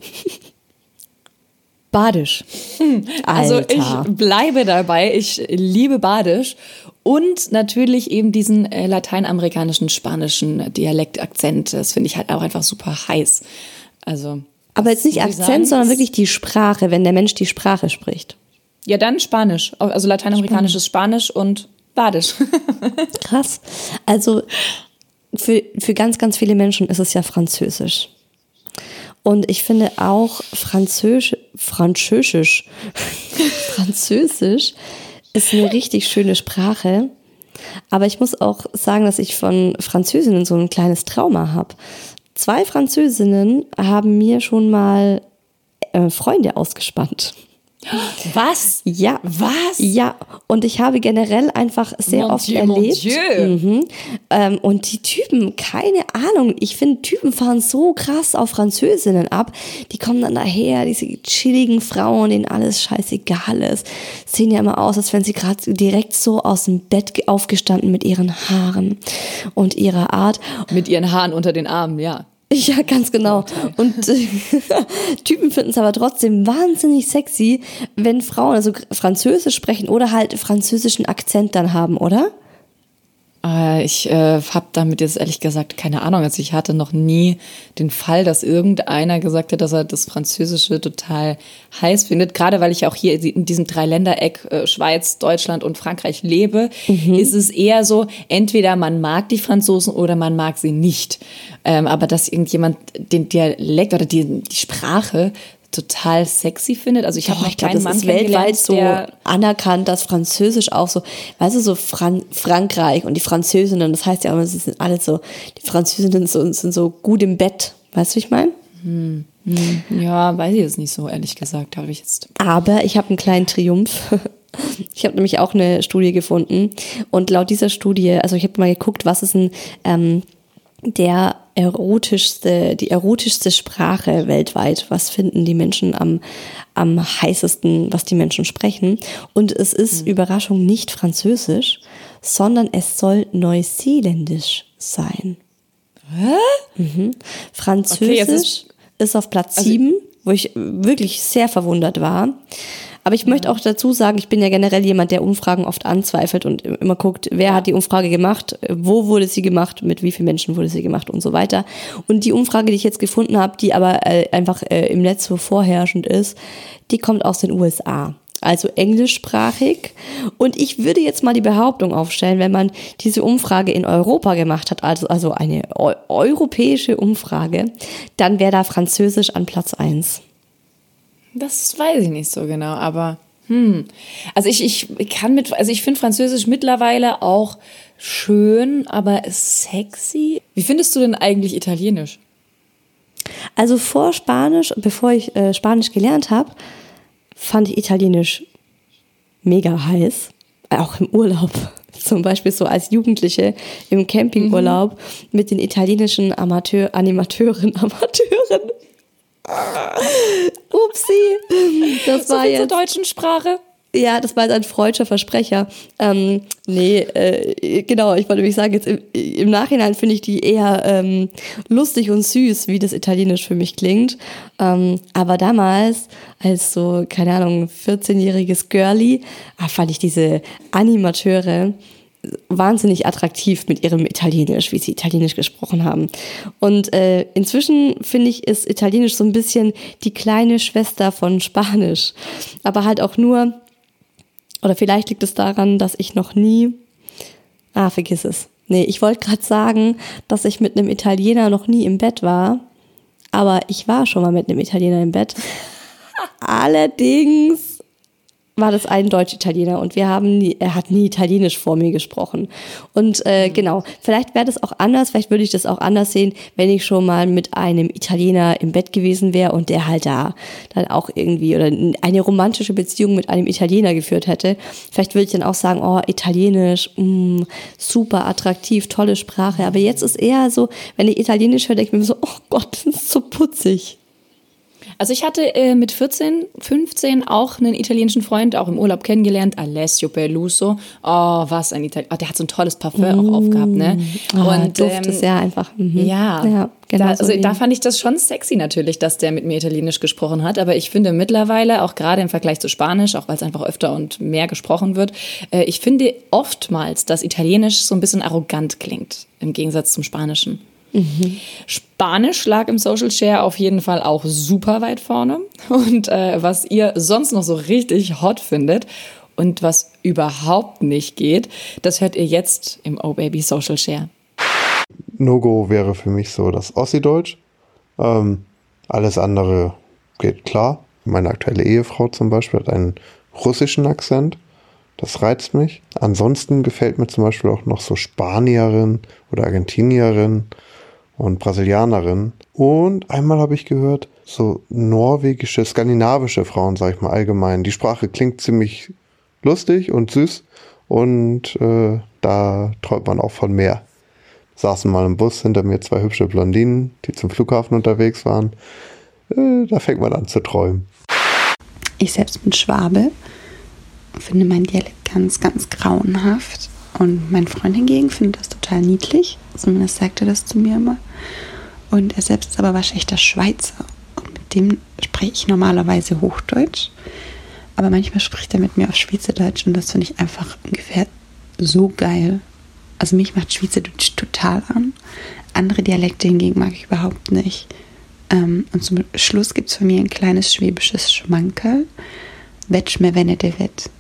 Badisch. Also Alter. Ich bleibe dabei. Ich liebe Badisch. Und natürlich eben diesen lateinamerikanischen, spanischen Dialektakzent. Das finde ich halt auch einfach super heiß. Also. Aber jetzt nicht Akzent, sondern wirklich die Sprache, wenn der Mensch die Sprache spricht. Ja, dann Spanisch. Also lateinamerikanisches Spanisch und Badisch. Krass. Also für ganz, ganz viele Menschen ist es ja Französisch. Und ich finde auch Französisch ist eine richtig schöne Sprache. Aber ich muss auch sagen, dass ich von Französinnen so ein kleines Trauma habe. 2 Französinnen haben mir schon mal Freunde ausgespannt. Was? Ja. Was? Ja, und ich habe generell einfach sehr oft erlebt. Und die Typen, keine Ahnung, ich finde, Typen fahren so krass auf Französinnen ab. Die kommen dann daher, diese chilligen Frauen, denen alles scheißegal ist. Sehen ja immer aus, als wenn sie gerade direkt so aus dem Bett aufgestanden mit ihren Haaren und ihrer Art. Mit ihren Haaren unter den Armen, ja. Ja, ganz genau. Und Typen finden es aber trotzdem wahnsinnig sexy, wenn Frauen also Französisch sprechen oder halt französischen Akzent dann haben, oder? Ich habe damit jetzt ehrlich gesagt keine Ahnung. Also ich hatte noch nie den Fall, dass irgendeiner gesagt hat, dass er das Französische total heiß findet. Gerade weil ich auch hier in diesem Dreiländereck Schweiz, Deutschland und Frankreich lebe, ist es eher so, entweder man mag die Franzosen oder man mag sie nicht. Aber dass irgendjemand den Dialekt oder die Sprache total sexy findet. Also ich habe noch keinen Mann kennengelernt, weltweit so anerkannt, dass Französisch auch so, weißt du, so Frankreich und die Französinnen, das heißt ja immer, sie sind alle so, die Französinnen sind so gut im Bett. Weißt du, wie ich meine? Ja, weiß ich jetzt nicht so, ehrlich gesagt, habe ich jetzt. Aber ich habe einen kleinen Triumph. Ich habe nämlich auch eine Studie gefunden und laut dieser Studie, also ich habe mal geguckt, was ist denn die erotischste Sprache weltweit, was finden die Menschen am heißesten, was die Menschen sprechen, und es ist Überraschung nicht Französisch, sondern es soll Neuseeländisch sein. Hä? Französisch ist auf Platz 7, wo ich wirklich sehr verwundert war. Aber ich möchte auch dazu sagen, ich bin ja generell jemand, der Umfragen oft anzweifelt und immer guckt, wer hat die Umfrage gemacht, wo wurde sie gemacht, mit wie vielen Menschen wurde sie gemacht und so weiter. Und die Umfrage, die ich jetzt gefunden habe, die aber einfach im Netz so vorherrschend ist, die kommt aus den USA. Also englischsprachig. Und ich würde jetzt mal die Behauptung aufstellen, wenn man diese Umfrage in Europa gemacht hat, also eine europäische Umfrage, dann wäre da Französisch an Platz 1. Das weiß ich nicht so genau, aber also ich finde Französisch mittlerweile auch schön, aber sexy. Wie findest du denn eigentlich Italienisch? Also vor Spanisch, bevor ich Spanisch gelernt habe, fand ich Italienisch mega heiß, auch im Urlaub. Zum Beispiel so als Jugendliche im Campingurlaub mit den italienischen Animateuren. Upsi. Das war jetzt zur deutschen Sprache. Ja, das war jetzt ein freudscher Versprecher. Genau, ich wollte nämlich sagen, jetzt im Nachhinein finde ich die eher lustig und süß, wie das Italienisch für mich klingt. Aber damals, als so, keine Ahnung, 14-jähriges Girlie, fand ich diese Animateure wahnsinnig attraktiv mit ihrem Italienisch, wie sie Italienisch gesprochen haben. Und inzwischen, finde ich, ist Italienisch so ein bisschen die kleine Schwester von Spanisch. Aber halt auch nur, oder vielleicht liegt es daran, dass ich noch nie, vergiss es. Nee, ich wollte gerade sagen, dass ich mit einem Italiener noch nie im Bett war, aber ich war schon mal mit einem Italiener im Bett. Allerdings war das ein Deutsch-Italiener und er hat nie Italienisch vor mir gesprochen. Und genau, vielleicht wäre das auch anders, vielleicht würde ich das auch anders sehen, wenn ich schon mal mit einem Italiener im Bett gewesen wäre und der halt da dann auch irgendwie oder eine romantische Beziehung mit einem Italiener geführt hätte. Vielleicht würde ich dann auch sagen, oh, Italienisch, super attraktiv, tolle Sprache. Aber jetzt ist eher so, wenn ich Italienisch höre, denke ich mir so, oh Gott, das ist so putzig. Also ich hatte mit 14, 15 auch einen italienischen Freund, auch im Urlaub kennengelernt, Alessio Peluso. Oh, was ein Italiener. Oh, der hat so ein tolles Parfum auch aufgehabt, ne? Und Duft ist ja einfach. Ja, genau. Da fand ich das schon sexy natürlich, dass der mit mir Italienisch gesprochen hat. Aber ich finde mittlerweile, auch gerade im Vergleich zu Spanisch, auch weil es einfach öfter und mehr gesprochen wird, ich finde oftmals, dass Italienisch so ein bisschen arrogant klingt, im Gegensatz zum Spanischen. Spanisch lag im Social Share auf jeden Fall auch super weit vorne. Und was ihr sonst noch so richtig hot findet und was überhaupt nicht geht, das hört ihr jetzt im Oh Baby Social Share. No-Go wäre für mich so das Ossi-Deutsch. Alles andere geht klar. Meine aktuelle Ehefrau zum Beispiel hat einen russischen Akzent. Das reizt mich. Ansonsten gefällt mir zum Beispiel auch noch so Spanierin oder Argentinierin und Brasilianerin. Und einmal habe ich gehört, so norwegische, skandinavische Frauen, sag ich mal allgemein. Die Sprache klingt ziemlich lustig und süß und da träumt man auch von mehr. Saßen mal im Bus, hinter mir 2 hübsche Blondinen, die zum Flughafen unterwegs waren. Da fängt man an zu träumen. Ich selbst bin Schwabe, finde meinen Dialekt ganz, ganz grauenhaft. Und mein Freund hingegen findet das total niedlich. Zumindest sagt er das zu mir immer. Und er selbst ist aber waschechter Schweizer. Und mit dem spreche ich normalerweise Hochdeutsch. Aber manchmal spricht er mit mir auf Schweizerdeutsch. Und das finde ich einfach ungefähr so geil. Also mich macht Schweizerdeutsch total an. Andere Dialekte hingegen mag ich überhaupt nicht. Und zum Schluss gibt es von mir ein kleines schwäbisches Schmankerl. Wetsch mir wenn de wett.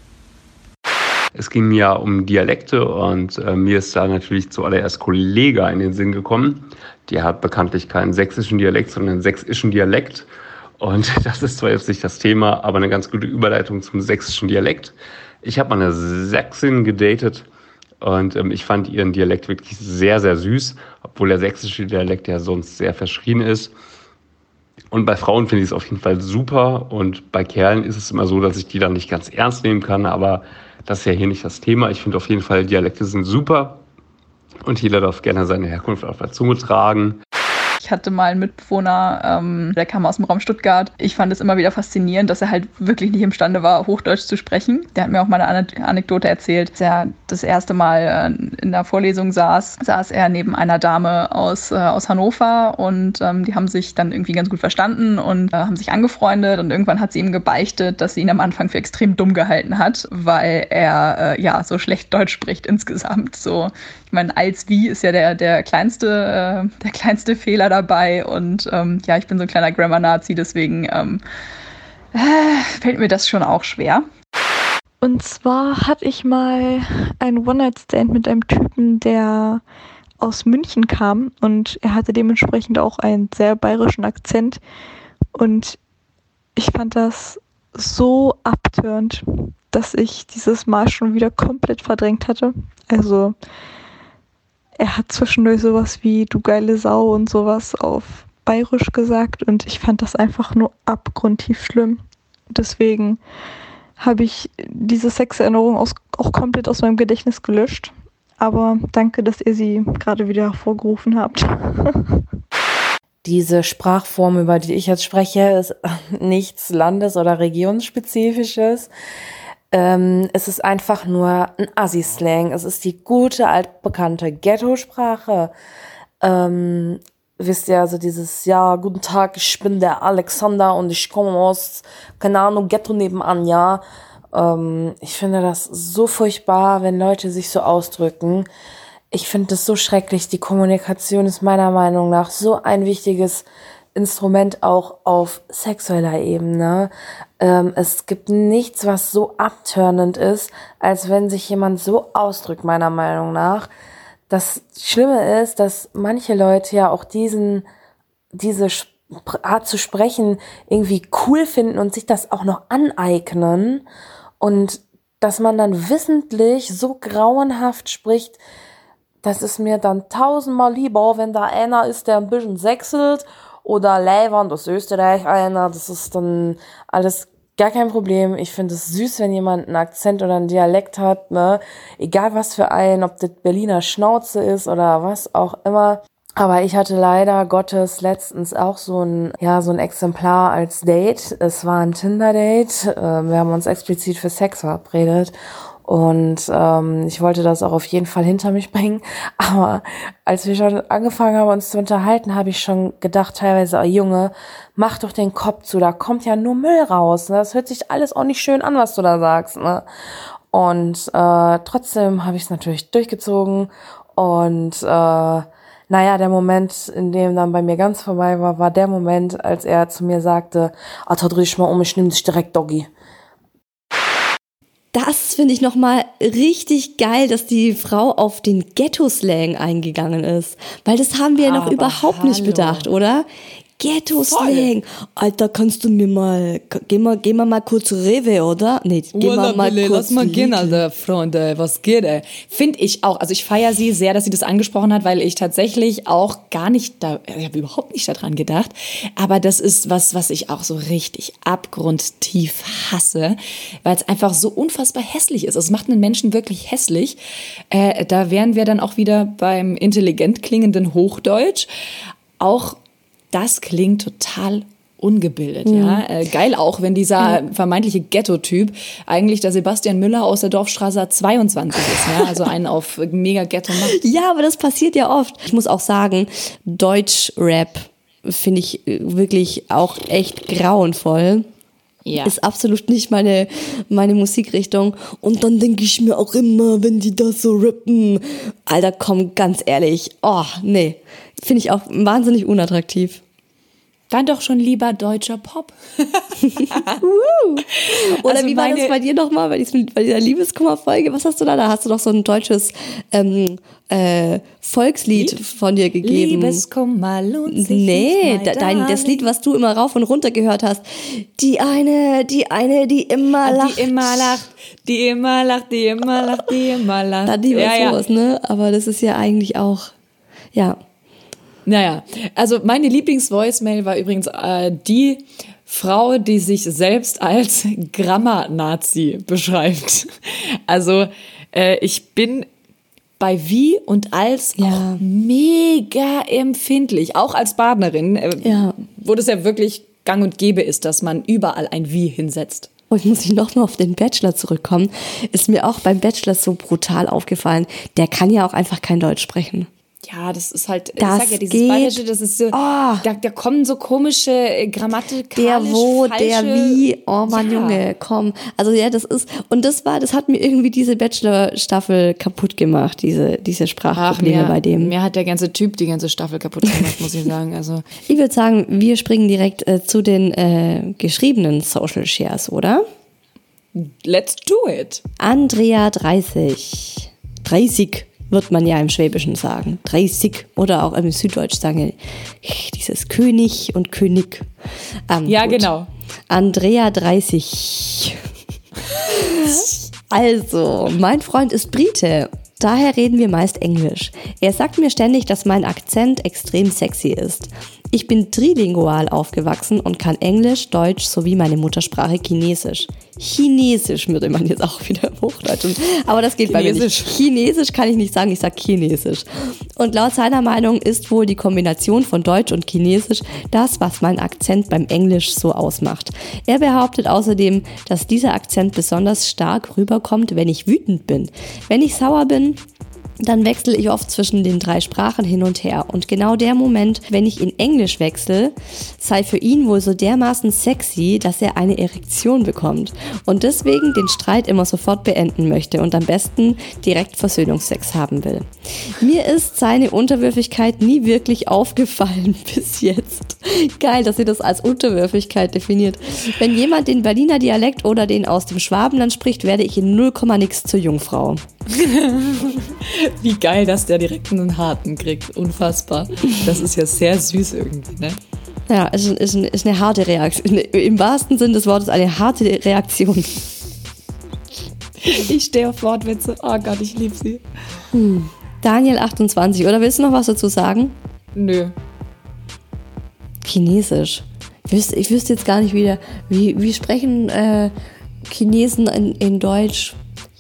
Es ging ja um Dialekte und mir ist da natürlich zuallererst Kollega in den Sinn gekommen. Die hat bekanntlich keinen sächsischen Dialekt, sondern einen sächsischen Dialekt. Und das ist zwar jetzt nicht das Thema, aber eine ganz gute Überleitung zum sächsischen Dialekt. Ich habe mal eine Sächsin gedatet Und ich fand ihren Dialekt wirklich sehr, sehr süß, obwohl der sächsische Dialekt ja sonst sehr verschrien ist. Und bei Frauen finde ich es auf jeden Fall super. Und bei Kerlen ist es immer so, dass ich die dann nicht ganz ernst nehmen kann. Aber das ist ja hier nicht das Thema. Ich finde auf jeden Fall, Dialekte sind super. Und jeder darf gerne seine Herkunft auf der Zunge tragen. Ich hatte mal einen Mitbewohner, der kam aus dem Raum Stuttgart. Ich fand es immer wieder faszinierend, dass er halt wirklich nicht imstande war, Hochdeutsch zu sprechen. Der hat mir auch mal eine Anekdote erzählt. Als er das erste Mal in der Vorlesung saß er neben einer Dame aus Hannover und die haben sich dann irgendwie ganz gut verstanden und haben sich angefreundet und irgendwann hat sie ihm gebeichtet, dass sie ihn am Anfang für extrem dumm gehalten hat, weil er so schlecht Deutsch spricht insgesamt. So, ich meine, als wie ist ja der kleinste Fehler dabei und ich bin so ein kleiner Grammar-Nazi, deswegen fällt mir das schon auch schwer. Und zwar hatte ich mal einen One-Night-Stand mit einem Typen, der aus München kam und er hatte dementsprechend auch einen sehr bayerischen Akzent und ich fand das so abtörend, dass ich dieses Mal schon wieder komplett verdrängt hatte. Also er hat zwischendurch sowas wie du geile Sau und sowas auf Bayerisch gesagt und ich fand das einfach nur abgrundtief schlimm. Deswegen habe ich diese Sexerinnerung auch komplett aus meinem Gedächtnis gelöscht. Aber danke, dass ihr sie gerade wieder hervorgerufen habt. Diese Sprachform, über die ich jetzt spreche, ist nichts landes- oder regionsspezifisches. Es ist einfach nur ein Assi-Slang. Es ist die gute, altbekannte Ghetto-Sprache. Wisst ihr, also dieses, ja, guten Tag, ich bin der Alexander und ich komme aus, keine Ahnung, Ghetto nebenan, ja. Ich finde das so furchtbar, wenn Leute sich so ausdrücken. Ich finde das so schrecklich. Die Kommunikation ist meiner Meinung nach so ein wichtiges Instrument auch auf sexueller Ebene. Es gibt nichts, was so abtörnend ist, als wenn sich jemand so ausdrückt, meiner Meinung nach. Das Schlimme ist, dass manche Leute ja auch diese Art zu sprechen irgendwie cool finden und sich das auch noch aneignen und dass man dann wissentlich so grauenhaft spricht, das ist mir dann 1000-mal lieber, wenn da einer ist, der ein bisschen sächselt oder Leiwand aus Österreich einer, das ist dann alles gar kein Problem. Ich finde es süß, wenn jemand einen Akzent oder einen Dialekt hat, ne? Egal was für einen, ob das Berliner Schnauze ist oder was auch immer. Aber ich hatte leider Gottes letztens auch so ein Exemplar als Date. Es war ein Tinder-Date. Wir haben uns explizit für Sex verabredet. Und ich wollte das auch auf jeden Fall hinter mich bringen. Aber als wir schon angefangen haben, uns zu unterhalten, habe ich schon gedacht teilweise, oh Junge, mach doch den Kopf zu, da kommt ja nur Müll raus. Ne? Das hört sich alles auch nicht schön an, was du da sagst. Ne? Und trotzdem habe ich es natürlich durchgezogen. Und der Moment, in dem dann bei mir ganz vorbei war, war der Moment, als er zu mir sagte, dreh dich mal um, ich nehme dich direkt Doggy. Das finde ich nochmal richtig geil, dass die Frau auf den Ghetto-Slang eingegangen ist. Weil das haben wir ja noch überhaupt nicht bedacht, oder? Ghetto-Slang. Alter, kannst du mir mal, gehen wir mal kurz Rewe, oder? Nee, gehen wir mal kurz. Lass mal gehen, Alter, Freunde, was geht, ey? Finde ich auch. Also ich feiere sie sehr, dass sie das angesprochen hat, weil ich tatsächlich auch gar nicht ich habe überhaupt nicht daran gedacht. Aber das ist was ich auch so richtig abgrundtief hasse, weil es einfach so unfassbar hässlich ist. Also es macht einen Menschen wirklich hässlich. Da wären wir dann auch wieder beim intelligent klingenden Hochdeutsch. Auch das klingt total ungebildet, ja. Geil auch, wenn dieser vermeintliche Ghetto-Typ eigentlich der Sebastian Müller aus der Dorfstraße 22 ist, ja. Also einen auf mega Ghetto macht. Ja, aber das passiert ja oft. Ich muss auch sagen, Deutsch-Rap finde ich wirklich auch echt grauenvoll. Ja. Ist absolut nicht meine Musikrichtung. Und dann denke ich mir auch immer, wenn die das so rappen, Alter, komm, ganz ehrlich, oh, nee. Finde ich auch wahnsinnig unattraktiv. Dann doch schon lieber deutscher Pop. Oder also wie war das bei dir nochmal, bei dieser Liebeskummer-Folge? Was hast du da? Da hast du doch so ein deutsches Volkslied von dir gegeben. Liebeskummer lohnt sich nicht, das Lied, was du immer rauf und runter gehört hast. Die eine, die immer lacht. Die immer lacht, die immer lacht, die immer lacht, die immer lacht. Da die was sowas, ne? Aber das ist ja eigentlich auch, ja. Naja, also meine Lieblings-Voicemail war übrigens die Frau, die sich selbst als Grammar-Nazi beschreibt. Also ich bin bei wie und als auch mega empfindlich. Auch als Partnerin, wo das ja wirklich gang und gäbe ist, dass man überall ein wie hinsetzt. Und muss ich noch mal auf den Bachelor zurückkommen, ist mir auch beim Bachelor so brutal aufgefallen, der kann ja auch einfach kein Deutsch sprechen. Ja, das ist halt, ich sag ja, dieses Bayerische, das ist so, da kommen so komische grammatikalische, der wo, falsche, der wie, oh Mann, Junge, komm. Also ja, das hat mir irgendwie diese Bachelor-Staffel kaputt gemacht, diese Sprachprobleme bei dem. Mir hat der ganze Typ die ganze Staffel kaputt gemacht, muss ich sagen. Also ich würde sagen, wir springen direkt zu den geschriebenen Social Shares, oder? Let's do it. Andrea 30 wird man ja im Schwäbischen sagen. 30 oder auch im Süddeutsch sagen dieses König und König. Ja, gut. Genau. Andrea 30. Also, mein Freund ist Brite. Daher reden wir meist Englisch. Er sagt mir ständig, dass mein Akzent extrem sexy ist. Ich bin trilingual aufgewachsen und kann Englisch, Deutsch sowie meine Muttersprache Chinesisch. Chinesisch würde man jetzt auch wieder im Hochdeutsch. Aber das geht bei mir nicht. Chinesisch kann ich nicht sagen, ich sage Chinesisch. Und laut seiner Meinung ist wohl die Kombination von Deutsch und Chinesisch das, was mein Akzent beim Englisch so ausmacht. Er behauptet außerdem, dass dieser Akzent besonders stark rüberkommt, wenn ich wütend bin. Wenn ich sauer bin, dann wechsle ich oft zwischen den 3 Sprachen hin und her. Und genau der Moment, wenn ich in Englisch wechsle, sei für ihn wohl so dermaßen sexy, dass er eine Erektion bekommt. Und deswegen den Streit immer sofort beenden möchte und am besten direkt Versöhnungsex haben will. Mir ist seine Unterwürfigkeit nie wirklich aufgefallen bis jetzt. Geil, dass sie das als Unterwürfigkeit definiert. Wenn jemand den Berliner Dialekt oder den aus dem Schwabenland spricht, werde ich in 0, nix zur Jungfrau. Wie geil, dass der direkt einen harten kriegt. Unfassbar. Das ist ja sehr süß irgendwie, ne? Ja, ist eine harte Reaktion. Im wahrsten Sinne des Wortes eine harte Reaktion. Ich stehe auf Wortwitze. Oh Gott, ich liebe sie. Daniel 28. Oder willst du noch was dazu sagen? Nö. Chinesisch. Ich wüsste jetzt gar nicht wieder, wie sprechen Chinesen in Deutsch?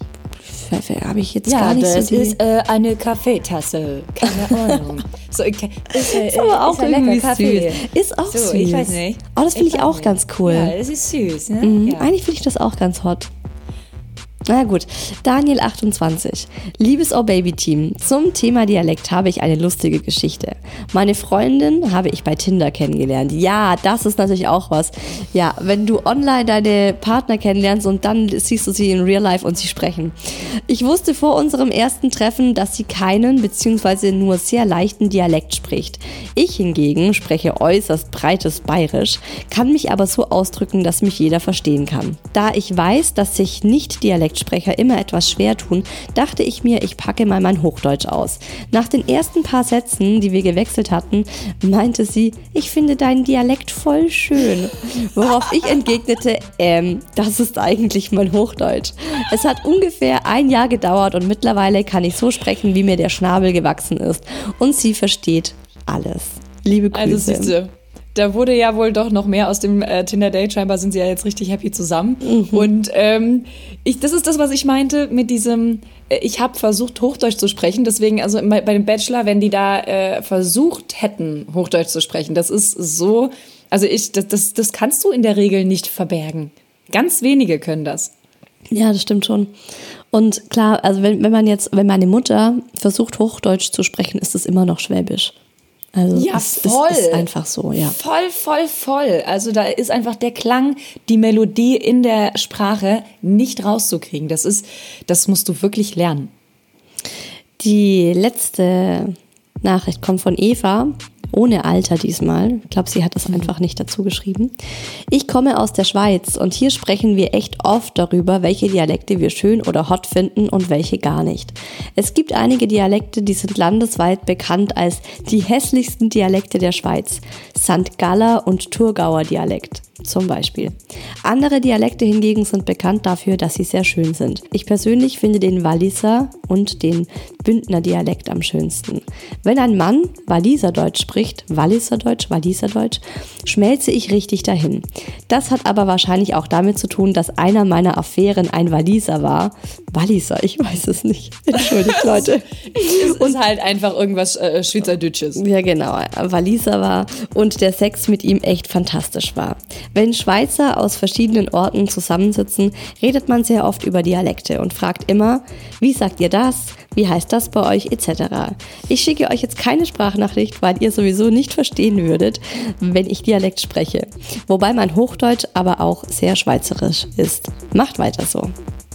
Habe ich jetzt gar nicht so. Das ist eine Kaffeetasse. Keine Ahnung. So, ist aber auch irgendwie süß. Ist auch süß. Ich weiß nicht. Oh, das finde ich auch ganz cool. Ja, das ist süß. Ne? Ja. Eigentlich finde ich das auch ganz hot. Na gut, Daniel 28. Liebes Oh-Baby-Team, zum Thema Dialekt habe ich eine lustige Geschichte. Meine Freundin habe ich bei Tinder kennengelernt. Ja, das ist natürlich auch was. Ja, wenn du online deine Partner kennenlernst und dann siehst du sie in Real Life und sie sprechen. Ich wusste vor unserem ersten Treffen, dass sie keinen bzw. nur sehr leichten Dialekt spricht. Ich hingegen spreche äußerst breites Bayerisch, kann mich aber so ausdrücken, dass mich jeder verstehen kann. Da ich weiß, dass sich nicht Dialektsprecher immer etwas schwer tun, dachte ich mir, ich packe mal mein Hochdeutsch aus. Nach den ersten paar Sätzen, die wir gewechselt hatten, meinte sie, ich finde deinen Dialekt voll schön. Worauf ich entgegnete, das ist eigentlich mein Hochdeutsch. Es hat ungefähr 1 Jahr gedauert und mittlerweile kann ich so sprechen, wie mir der Schnabel gewachsen ist. Und sie versteht alles. Liebe Grüße. Also siehst du, da wurde ja wohl doch noch mehr aus dem Tinder-Date. Scheinbar sind sie ja jetzt richtig happy zusammen. Und das ist das, was ich meinte mit diesem, ich habe versucht, Hochdeutsch zu sprechen. Deswegen, also bei dem Bachelor, wenn die da versucht hätten, Hochdeutsch zu sprechen, das ist so, also das kannst du in der Regel nicht verbergen. Ganz wenige können das. Ja, das stimmt schon. Und klar, also wenn meine Mutter versucht, Hochdeutsch zu sprechen, ist es immer noch Schwäbisch. Also ja, voll. Ist einfach so, ja. Voll. Also da ist einfach der Klang, die Melodie in der Sprache nicht rauszukriegen. Das musst du wirklich lernen. Die letzte Nachricht kommt von Eva. ohne Alter diesmal. Ich glaube, sie hat das einfach nicht dazu geschrieben. Ich komme aus der Schweiz und hier sprechen wir echt oft darüber, welche Dialekte wir schön oder hot finden und welche gar nicht. Es gibt einige Dialekte, die sind landesweit bekannt als die hässlichsten Dialekte der Schweiz. St. Galler und Thurgauer Dialekt zum Beispiel. Andere Dialekte hingegen sind bekannt dafür, dass sie sehr schön sind. Ich persönlich finde den Walliser und den Bündner Dialekt am schönsten. Wenn ein Mann Walliserdeutsch spricht, Walliserdeutsch, schmelze ich richtig dahin. Das hat aber wahrscheinlich auch damit zu tun, dass einer meiner Affären ein Walliser war. Walliser, ich weiß es nicht. Entschuldigt, Leute. Es ist halt einfach irgendwas Schweizerdeutsches. Ja, genau. Walliser war und der Sex mit ihm echt fantastisch war. Wenn Schweizer aus verschiedenen Orten zusammensitzen, redet man sehr oft über Dialekte und fragt immer, wie sagt ihr das, wie heißt das bei euch, etc. Ich schicke euch jetzt keine Sprachnachricht, weil ihr sowieso nicht verstehen würdet, wenn ich Dialekt spreche. Wobei mein Hochdeutsch aber auch sehr schweizerisch ist. Macht weiter so.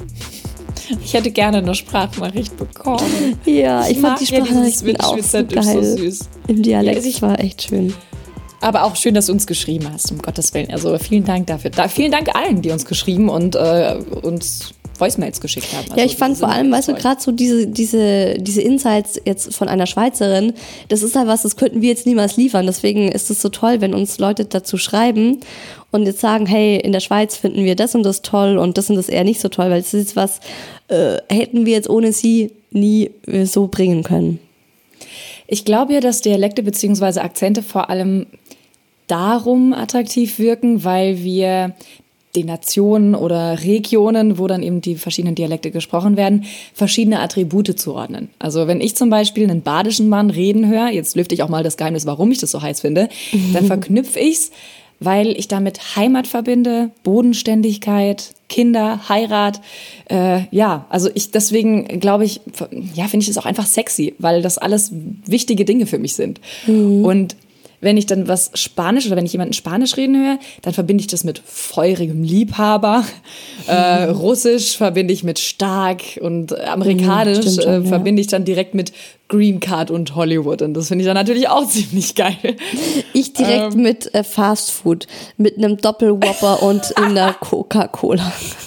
Ich hätte gerne eine Sprachnachricht bekommen. Ja, ich fand die Sprachnachrichten auch so geil. So süß. Im Dialekt, ja, war echt schön. Aber auch schön, dass du uns geschrieben hast, um Gottes Willen. Also vielen Dank dafür. Vielen Dank allen, die uns geschrieben und uns Voicemails geschickt haben. Also ja, ich fand vor allem, weißt du, gerade so diese Insights jetzt von einer Schweizerin, das ist halt was, das könnten wir jetzt niemals liefern. Deswegen ist es so toll, wenn uns Leute dazu schreiben und jetzt sagen, hey, in der Schweiz finden wir das und das toll und das eher nicht so toll, weil das ist was, hätten wir jetzt ohne sie nie so bringen können. Ich glaube ja, dass Dialekte bzw. Akzente vor allem darum attraktiv wirken, weil wir den Nationen oder Regionen, wo dann eben die verschiedenen Dialekte gesprochen werden, verschiedene Attribute zuordnen. Also wenn ich zum Beispiel einen badischen Mann reden höre, jetzt lüfte ich auch mal das Geheimnis, warum ich das so heiß finde, dann verknüpfe ich's, weil ich damit Heimat verbinde, Bodenständigkeit, Kinder, Heirat. Also deswegen glaube ich, finde ich das auch einfach sexy, weil das alles wichtige Dinge für mich sind. Und wenn ich dann was Spanisch oder wenn ich jemanden Spanisch reden höre, dann verbinde ich das mit feurigem Liebhaber. Russisch verbinde ich mit stark und amerikanisch verbinde ich dann direkt mit Green Card und Hollywood. Und das finde ich dann natürlich auch ziemlich geil. Ich direkt mit Fast Food, mit einem Doppelwhopper und in der Coca-Cola.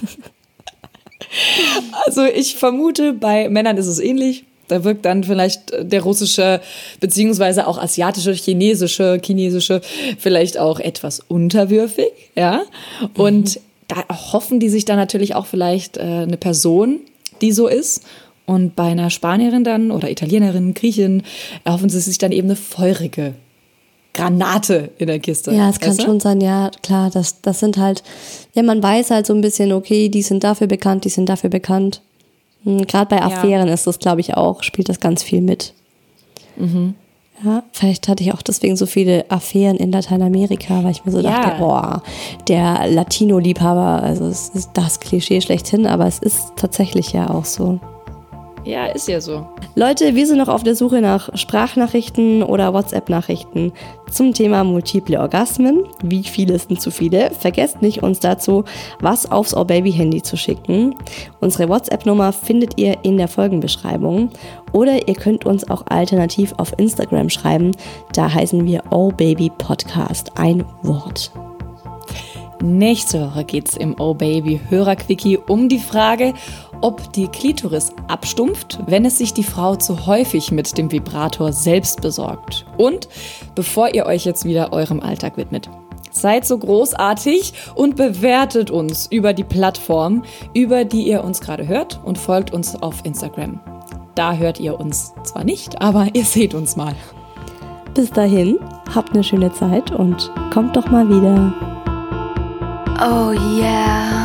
Also ich vermute, bei Männern ist es ähnlich. Da wirkt dann vielleicht der russische, beziehungsweise auch asiatische, chinesische vielleicht auch etwas unterwürfig, ja. Und da hoffen die sich dann natürlich auch vielleicht eine Person, die so ist. Und bei einer Spanierin dann oder Italienerin, Griechin, erhoffen sie sich dann eben eine feurige Granate in der Kiste. Ja, es kann schon sein, ja, klar, das sind halt, ja, man weiß halt so ein bisschen, okay, die sind dafür bekannt. Gerade bei Affären ist das, glaube ich, auch, spielt das ganz viel mit. Ja, vielleicht hatte ich auch deswegen so viele Affären in Lateinamerika, weil ich mir so dachte, der Latino-Liebhaber, also es ist das Klischee schlechthin, aber es ist tatsächlich ja auch so. Ja, ist ja so. Leute, wir sind noch auf der Suche nach Sprachnachrichten oder WhatsApp-Nachrichten zum Thema multiple Orgasmen. Wie viele sind zu viele? Vergesst nicht, uns dazu was aufs Oh Baby Handy zu schicken. Unsere WhatsApp-Nummer findet ihr in der Folgenbeschreibung. Oder ihr könnt uns auch alternativ auf Instagram schreiben. Da heißen wir Oh Baby Podcast. Ein Wort. Nächste Woche geht's im Oh Baby Hörerquickie um die Frage, ob die Klitoris abstumpft, wenn es sich die Frau zu häufig mit dem Vibrator selbst besorgt. Und bevor ihr euch jetzt wieder eurem Alltag widmet, seid so großartig und bewertet uns über die Plattform, über die ihr uns gerade hört, und folgt uns auf Instagram. Da hört ihr uns zwar nicht, aber ihr seht uns mal. Bis dahin, habt eine schöne Zeit und kommt doch mal wieder. Oh yeah.